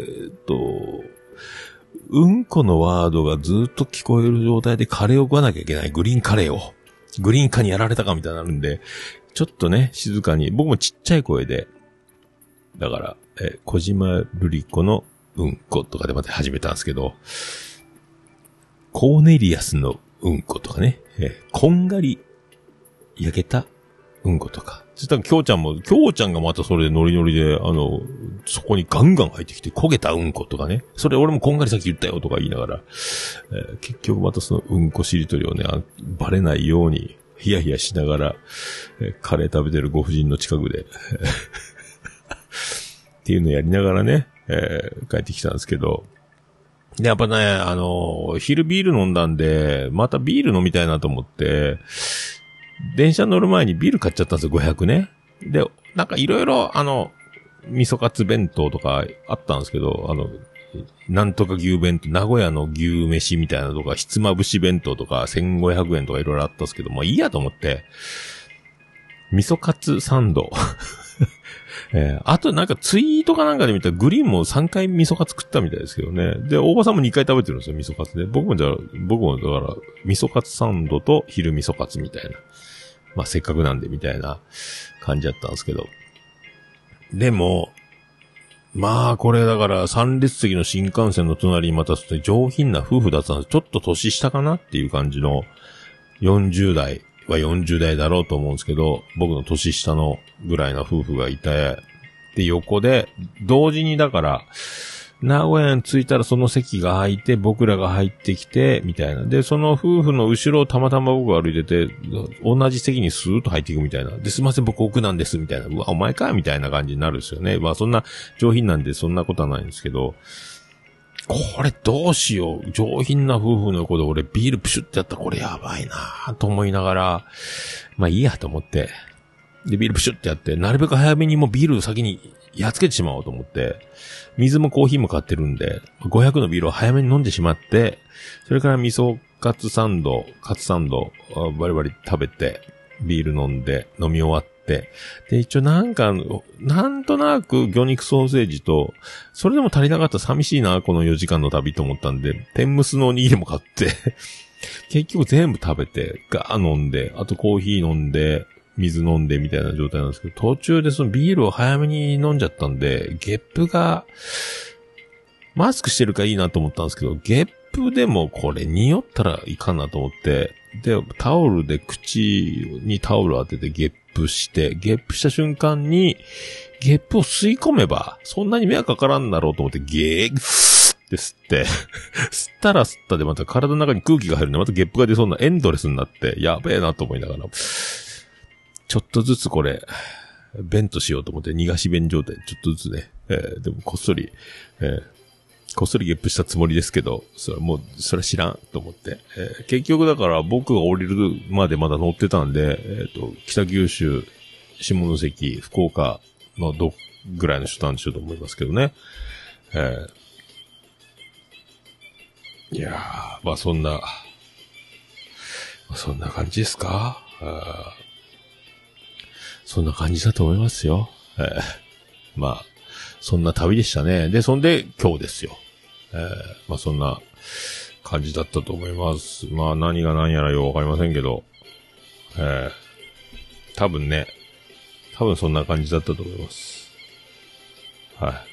うんこのワードがずっと聞こえる状態でカレーを食わなきゃいけない。グリーンカレーを。グリーンカにやられたかみたいになるんで、ちょっとね、静かに、僕もちっちゃい声で、だから、小島瑠璃子のうんことかでまた始めたんですけど、コーネリアスのうんことかね、こんがり焼けたうんことか。そしたらきょうちゃんがまたそれでノリノリで、そこにガンガン入ってきて、焦げたうんことかね。それ俺もこんがりさっき言ったよとか言いながら、結局またそのうんこしりとりをね、バレないように、ヒヤヒヤしながら、カレー食べてるご婦人の近くで、っていうのをやりながらね、帰ってきたんですけど、で、やっぱね、昼ビール飲んだんで、またビール飲みたいなと思って、電車乗る前にビール買っちゃったんですよ、500ね。で、なんかいろいろ、味噌カツ弁当とかあったんですけど、なんとか牛弁当、名古屋の牛飯みたいなとか、ひつまぶし弁当とか、1500円とかいろいろあったんですけど、いいやと思って、味噌カツサンド。あとなんかツイートかなんかで見たらグリーンも3回味噌カツ食ったみたいですけどね。で、大場さんも2回食べてるんですよ、味噌カツで。僕もだから、味噌カツサンドと昼味噌カツみたいな。せっかくなんでみたいな感じだったんですけど。でも、これだから3列席の新幹線の隣にまた上品な夫婦だったんです。ちょっと年下かなっていう感じの40代は40代だろうと思うんですけど、僕の年下のぐらいな夫婦がいて、で、横で、同時にだから、名古屋に着いたらその席が空いて、僕らが入ってきて、みたいな。で、その夫婦の後ろをたまたま僕が歩いてて、同じ席にスーッと入っていくみたいな。で、すいません、僕奥なんです、みたいな。うわ、お前かみたいな感じになるんですよね。そんな上品なんでそんなことはないんですけど、これどうしよう。上品な夫婦の横で俺ビールプシュってやったらこれやばいなと思いながら、いいやと思って。 で、ビールプシュってやって、なるべく早めにもうビールを先にやっつけてしまおうと思って、水もコーヒーも買ってるんで、500のビールを早めに飲んでしまって、それから味噌カツサンド、バリバリ食べて、ビール飲んで、飲み終わって、で、一応なんとなく魚肉ソーセージと、それでも足りなかったら寂しいな、この4時間の旅と思ったんで、天むすのおにぎりも買って、結局全部食べて、ガー飲んで、あとコーヒー飲んで、水飲んでみたいな状態なんですけど、途中でそのビールを早めに飲んじゃったんで、ゲップが、マスクしてるからいいなと思ったんですけど、ゲップでもこれ匂ったらいかんなと思って、で、タオルで口にタオル当ててゲップして、ゲップした瞬間に、ゲップを吸い込めば、そんなに迷惑かからんだろうと思って、ゲーって吸って、吸ったら吸ったでまた体の中に空気が入るんで、またゲップが出そうなエンドレスになって、やべえなと思いながら、ちょっとずつこれ、弁としようと思って、逃がし弁状態、ちょっとずつね、でもこっそりゲップしたつもりですけど、それは知らんと思って、結局だから僕が降りるまでまだ乗ってたんで、北九州、下関、福岡のぐらいの人なんでしょうと思いますけどね。いやー、まあそんな感じですか？そんな感じだと思いますよ。まあ、そんな旅でしたね。で、そんで今日ですよ。まあそんな感じだったと思います。まあ何が何やらようわかりませんけど、多分そんな感じだったと思います。はい。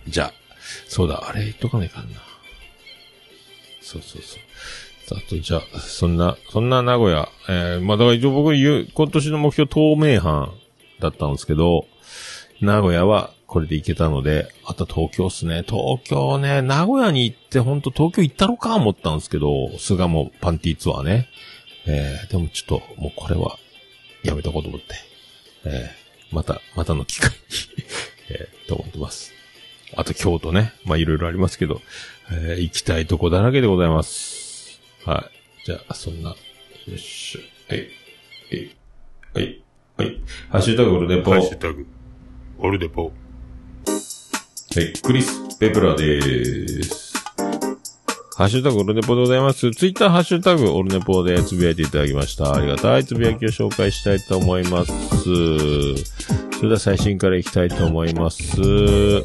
じゃあ、そうだ、あれ言っとかないかんな。そう。あと、じゃあ、そんな名古屋、まあ、だから一応僕今年の目標東名阪だったんですけど、名古屋はこれで行けたので、あと東京っすね。東京ね、名古屋に行ってほんと東京行ったろか思ったんですけど、巣鴨パンティーツアーね。でもちょっともうこれはやめとこうと思って、またの機会に、と思ってます。あと京都ね。まあ、いろいろありますけど、行きたいとこだらけでございます。はい。じゃあ、そんな、よっしゃ。はい。ハッシュタグオルネポ。 ハッシュタグオルネポ。 はい。クリス・ペプラでーす。ハッシュタグオルネポでございます。ツイッターハッシュタグオルネポでつぶやいていただきました。ありがたいつぶやきを紹介したいと思います。それでは最新からいきたいと思います。ど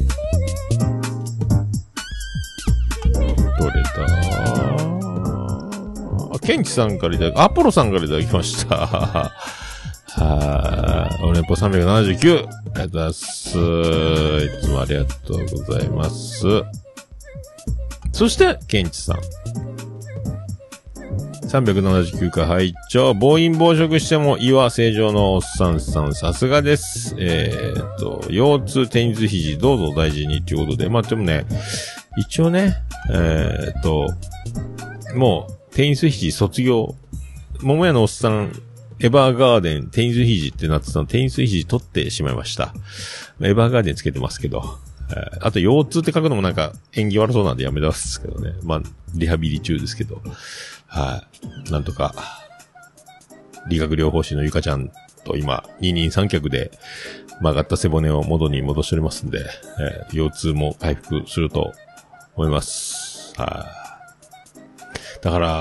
れだ？ケンチさんからアポロさんからいただきました。オルネポ379。ありがとうございます。いつもありがとうございます。そして、ケンチさん。379回拝聴。暴飲暴食しても胃は正常のおっさんさん、さすがです。腰痛、テニス肘、どうぞ大事にということで。まあ、でもね、一応ね、もう、テニス肘卒業。桃屋のおっさん、エヴァーガーデン、テニス肘ってなってたの、テニス肘取ってしまいました。エヴァーガーデンつけてますけど。あと、腰痛って書くのもなんか、縁起悪そうなんでやめたんですけどね。まあ、リハビリ中ですけど。はい。なんとか、理学療法士のゆかちゃんと今、二人三脚で曲がった背骨を元に戻しておりますんで、腰痛も回復すると思います。はい。だから、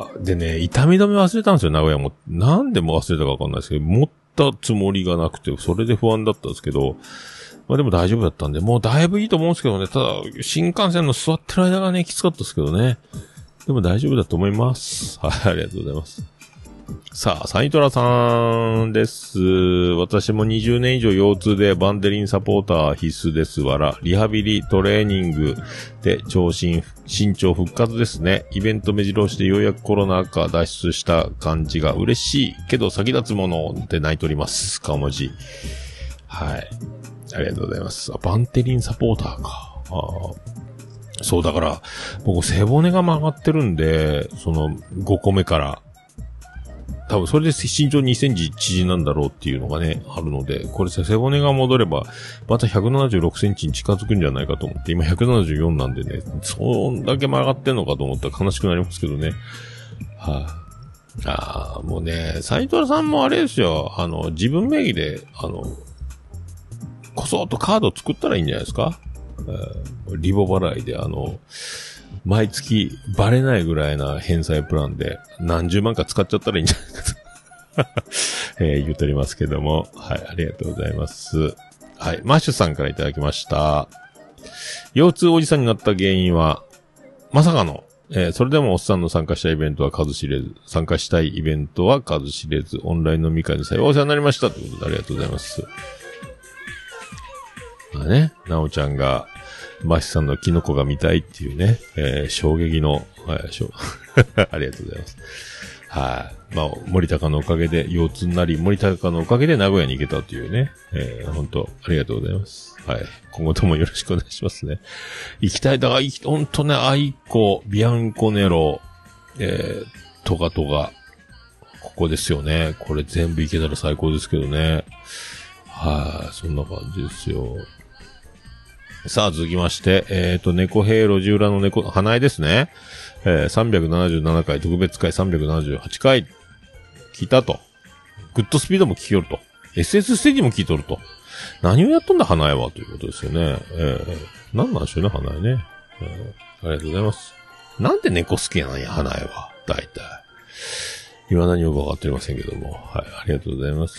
でね、痛み止め忘れたんですよ、名古屋も。なんでも忘れたかわかんないですけど、持ったつもりがなくて、それで不安だったんですけど、まあでも大丈夫だったんで、もうだいぶいいと思うんですけどね。ただ、新幹線の座ってる間がね、きつかったですけどね。でも大丈夫だと思います。はい、ありがとうございます。さあ、サイトラさんです。私も20年以上腰痛でバンデリンサポーター必須ですわら、リハビリトレーニングで身長復活ですね。イベント目白押しでようやくコロナ禍脱出した感じが嬉しいけど先立つものって泣いております。顔文字。はい。ありがとうございます。バンテリンサポーターか。そうだから、僕背骨が曲がってるんで、その5個目から、多分それで身長2センチ縮なんだろうっていうのがね、あるので、これ背骨が戻れば、また176センチに近づくんじゃないかと思って、今174なんでね、そんだけ曲がってんのかと思ったら悲しくなりますけどね。はい、 もうね、斉藤さんもあれですよ、自分名義で、こそっとカード作ったらいいんじゃないですか？リボ払いで、毎月バレないぐらいな返済プランで何十万か使っちゃったらいいんじゃないかと、言っておりますけども。はい、ありがとうございます。はい、マッシュさんからいただきました。腰痛おじさんになった原因は、まさかの、それでもおっさんの参加したイベントは数知れず、参加したいイベントは数知れず、オンライン飲み会の際はお世話になりました。ということでありがとうございます。まあね、なおちゃんが、マシさんのキノコが見たいっていうね、衝撃の、ありがとうございます。はい、まあ、森高のおかげで、腰痛になり、森高のおかげで名古屋に行けたというね、本当ありがとうございます。はい。今後ともよろしくお願いしますね。行きたい。だから、ほんとね、アイコ、ビアンコネロ、トガトガ、ここですよね。これ全部行けたら最高ですけどね。はい、そんな感じですよ。さあ、続きまして、猫兵路地裏の猫、花江ですね。377回、特別回378回、聞いたと。グッドスピードも聞きよると。SS ステージも聞いとると。何をやっとんだ、花江は、ということですよね。何なんでしょうね、花江ね。ありがとうございます。なんで猫好きなんや、花江は。大体。今何も分かっておりませんけども。はい、ありがとうございます。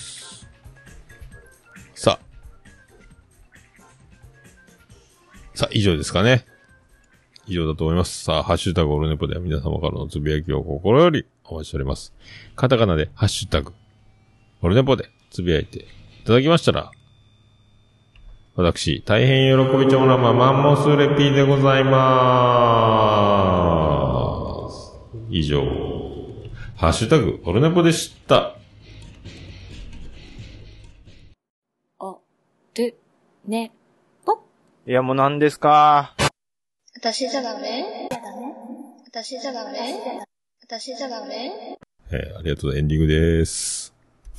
さあ、以上ですかね。以上だと思います。さあ、ハッシュタグオルネポでは皆様からのつぶやきを心よりお待ちしております。カタカナでハッシュタグオルネポでつぶやいていただきましたら、私、大変喜びちょうなマンモスレピーでございます。以上、ハッシュタグオルネポでした。 ね。 いや、もう何ですか？ 私じゃダメ？私じゃダメ？私じゃダメ？ ありがとう、エンディングです。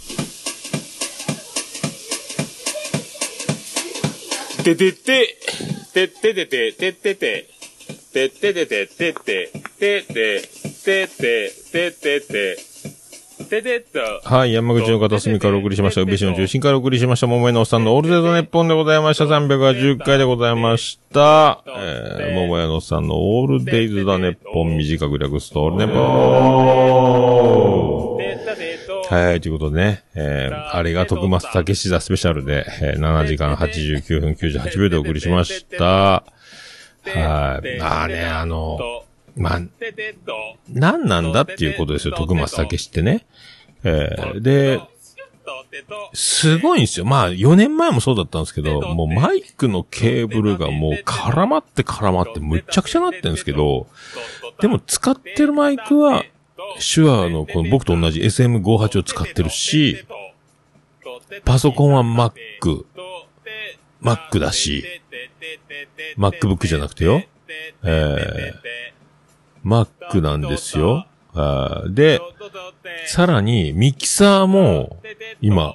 ててて、てててて、ててて、てててて、てて、てて、てて、ててて、 はい、山口の片隅からお送りしました。宇部市の中心からお送りしました。桃屋のおっさんのオールデイズネッポンでございました。310回でございました。桃屋のおっさんのオールデイズだネッポン、短く略すとオールネポン。はい、ということでね、あれが徳松武史だスペシャルで、7時間89分98秒でお送りしました。はい、まあね、まあ、何なんだっていうことですよ、徳松武史ってね。で、すごいんですよ。まあ、4年前もそうだったんですけど、もうマイクのケーブルがもう絡まってむっちゃくちゃなってるんですけど、でも使ってるマイクは、手話のこの僕と同じ SM58 を使ってるし、パソコンは Mac だし、MacBook じゃなくてよ。Mac なんですよ。で、さらに、ミキサーも、今、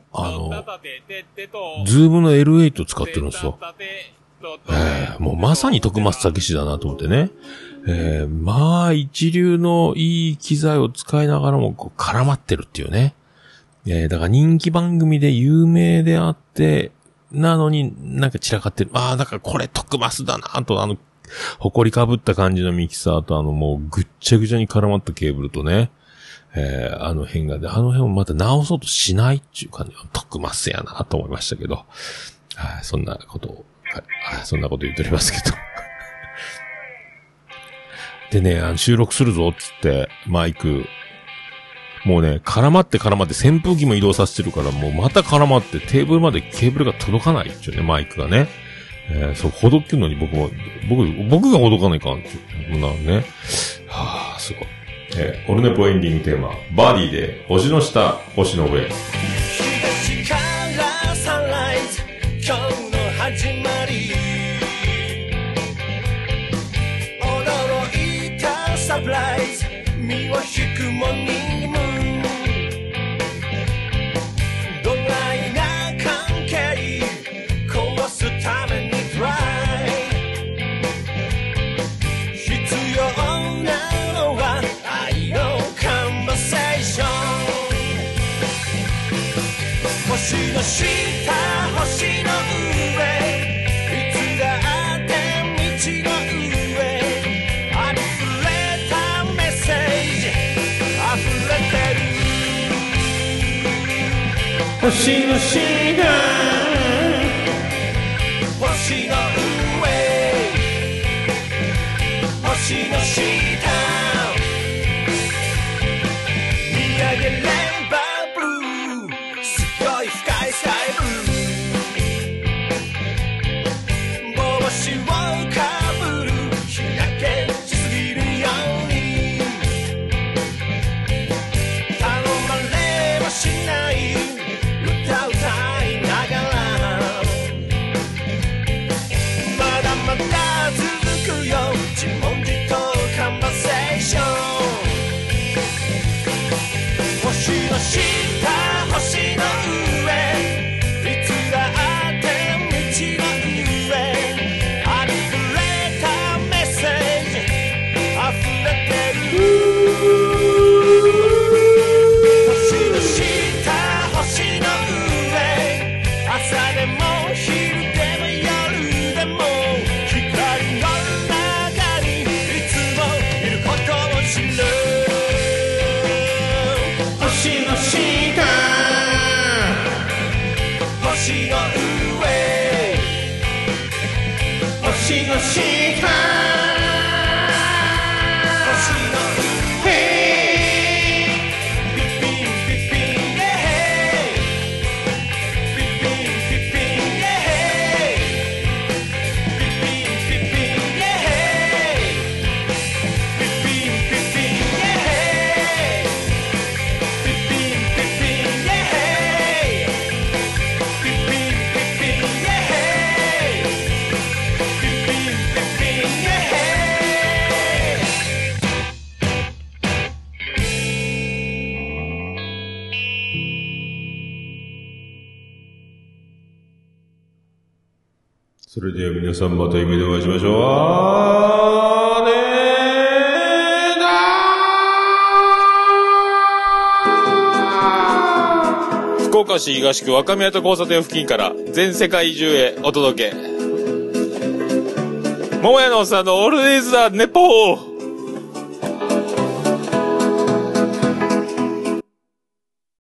ズームの L8 使ってるんですよ。もうまさに徳松武史だなと思ってね。まあ、一流のいい機材を使いながらも、こう、絡まってるっていうね。だから人気番組で有名であって、なのになんか散らかってる。だからこれ徳松だなと、埃かぶった感じのミキサーともうぐっちゃぐちゃに絡まったケーブルとね、辺がで、辺をまた直そうとしないっていう感じの徳松やなと思いましたけど、そんなこと言っておりますけど。でね、収録するぞっつって、マイク、もうね、絡まって扇風機も移動させてるから、もうまた絡まってテーブルまでケーブルが届かないっていうね、マイクがね。そう、ほどけるのに僕がほどかないかんっていう。なのね。すごい。オルネポエンディングテーマ、バディで、星の下、星の上。 東からサンライズ、今日の始まり。驚いたサプライズ、身を引くモーニングムーン。ドライな関係、壊すためにトライ。必要なのは愛のカンバセ星の下星の上星の下見上げればブルーすごい深いスカイブルー帽子をかぶる日焼けしすぎるように頼まれはしない歌いながらまだまだ続くよ自問自答カンバセーション星の下星の上いつだって道の上あふれたメッセージあふれてる星の下星の上朝でも昼でも夜でも光の中にいつもいることを知る星の下星の上星の下星の上ピッピンピッピンイェヘイピッピンピッピンイェヘイピッピンピッピンイェヘイピッピンピッピンイェヘイピッピンピッピンイェヘイピッピンピッピンイェヘイピッピンピッピンイェヘイピッピンピッピンイェヘイそれでは皆さんまた夢でお会いしましょう。あーねーだー。 福岡市東区若宮と交差点付近から全世界中へお届け。桃屋のおっさんのオールディーズ・ザ・ネポー。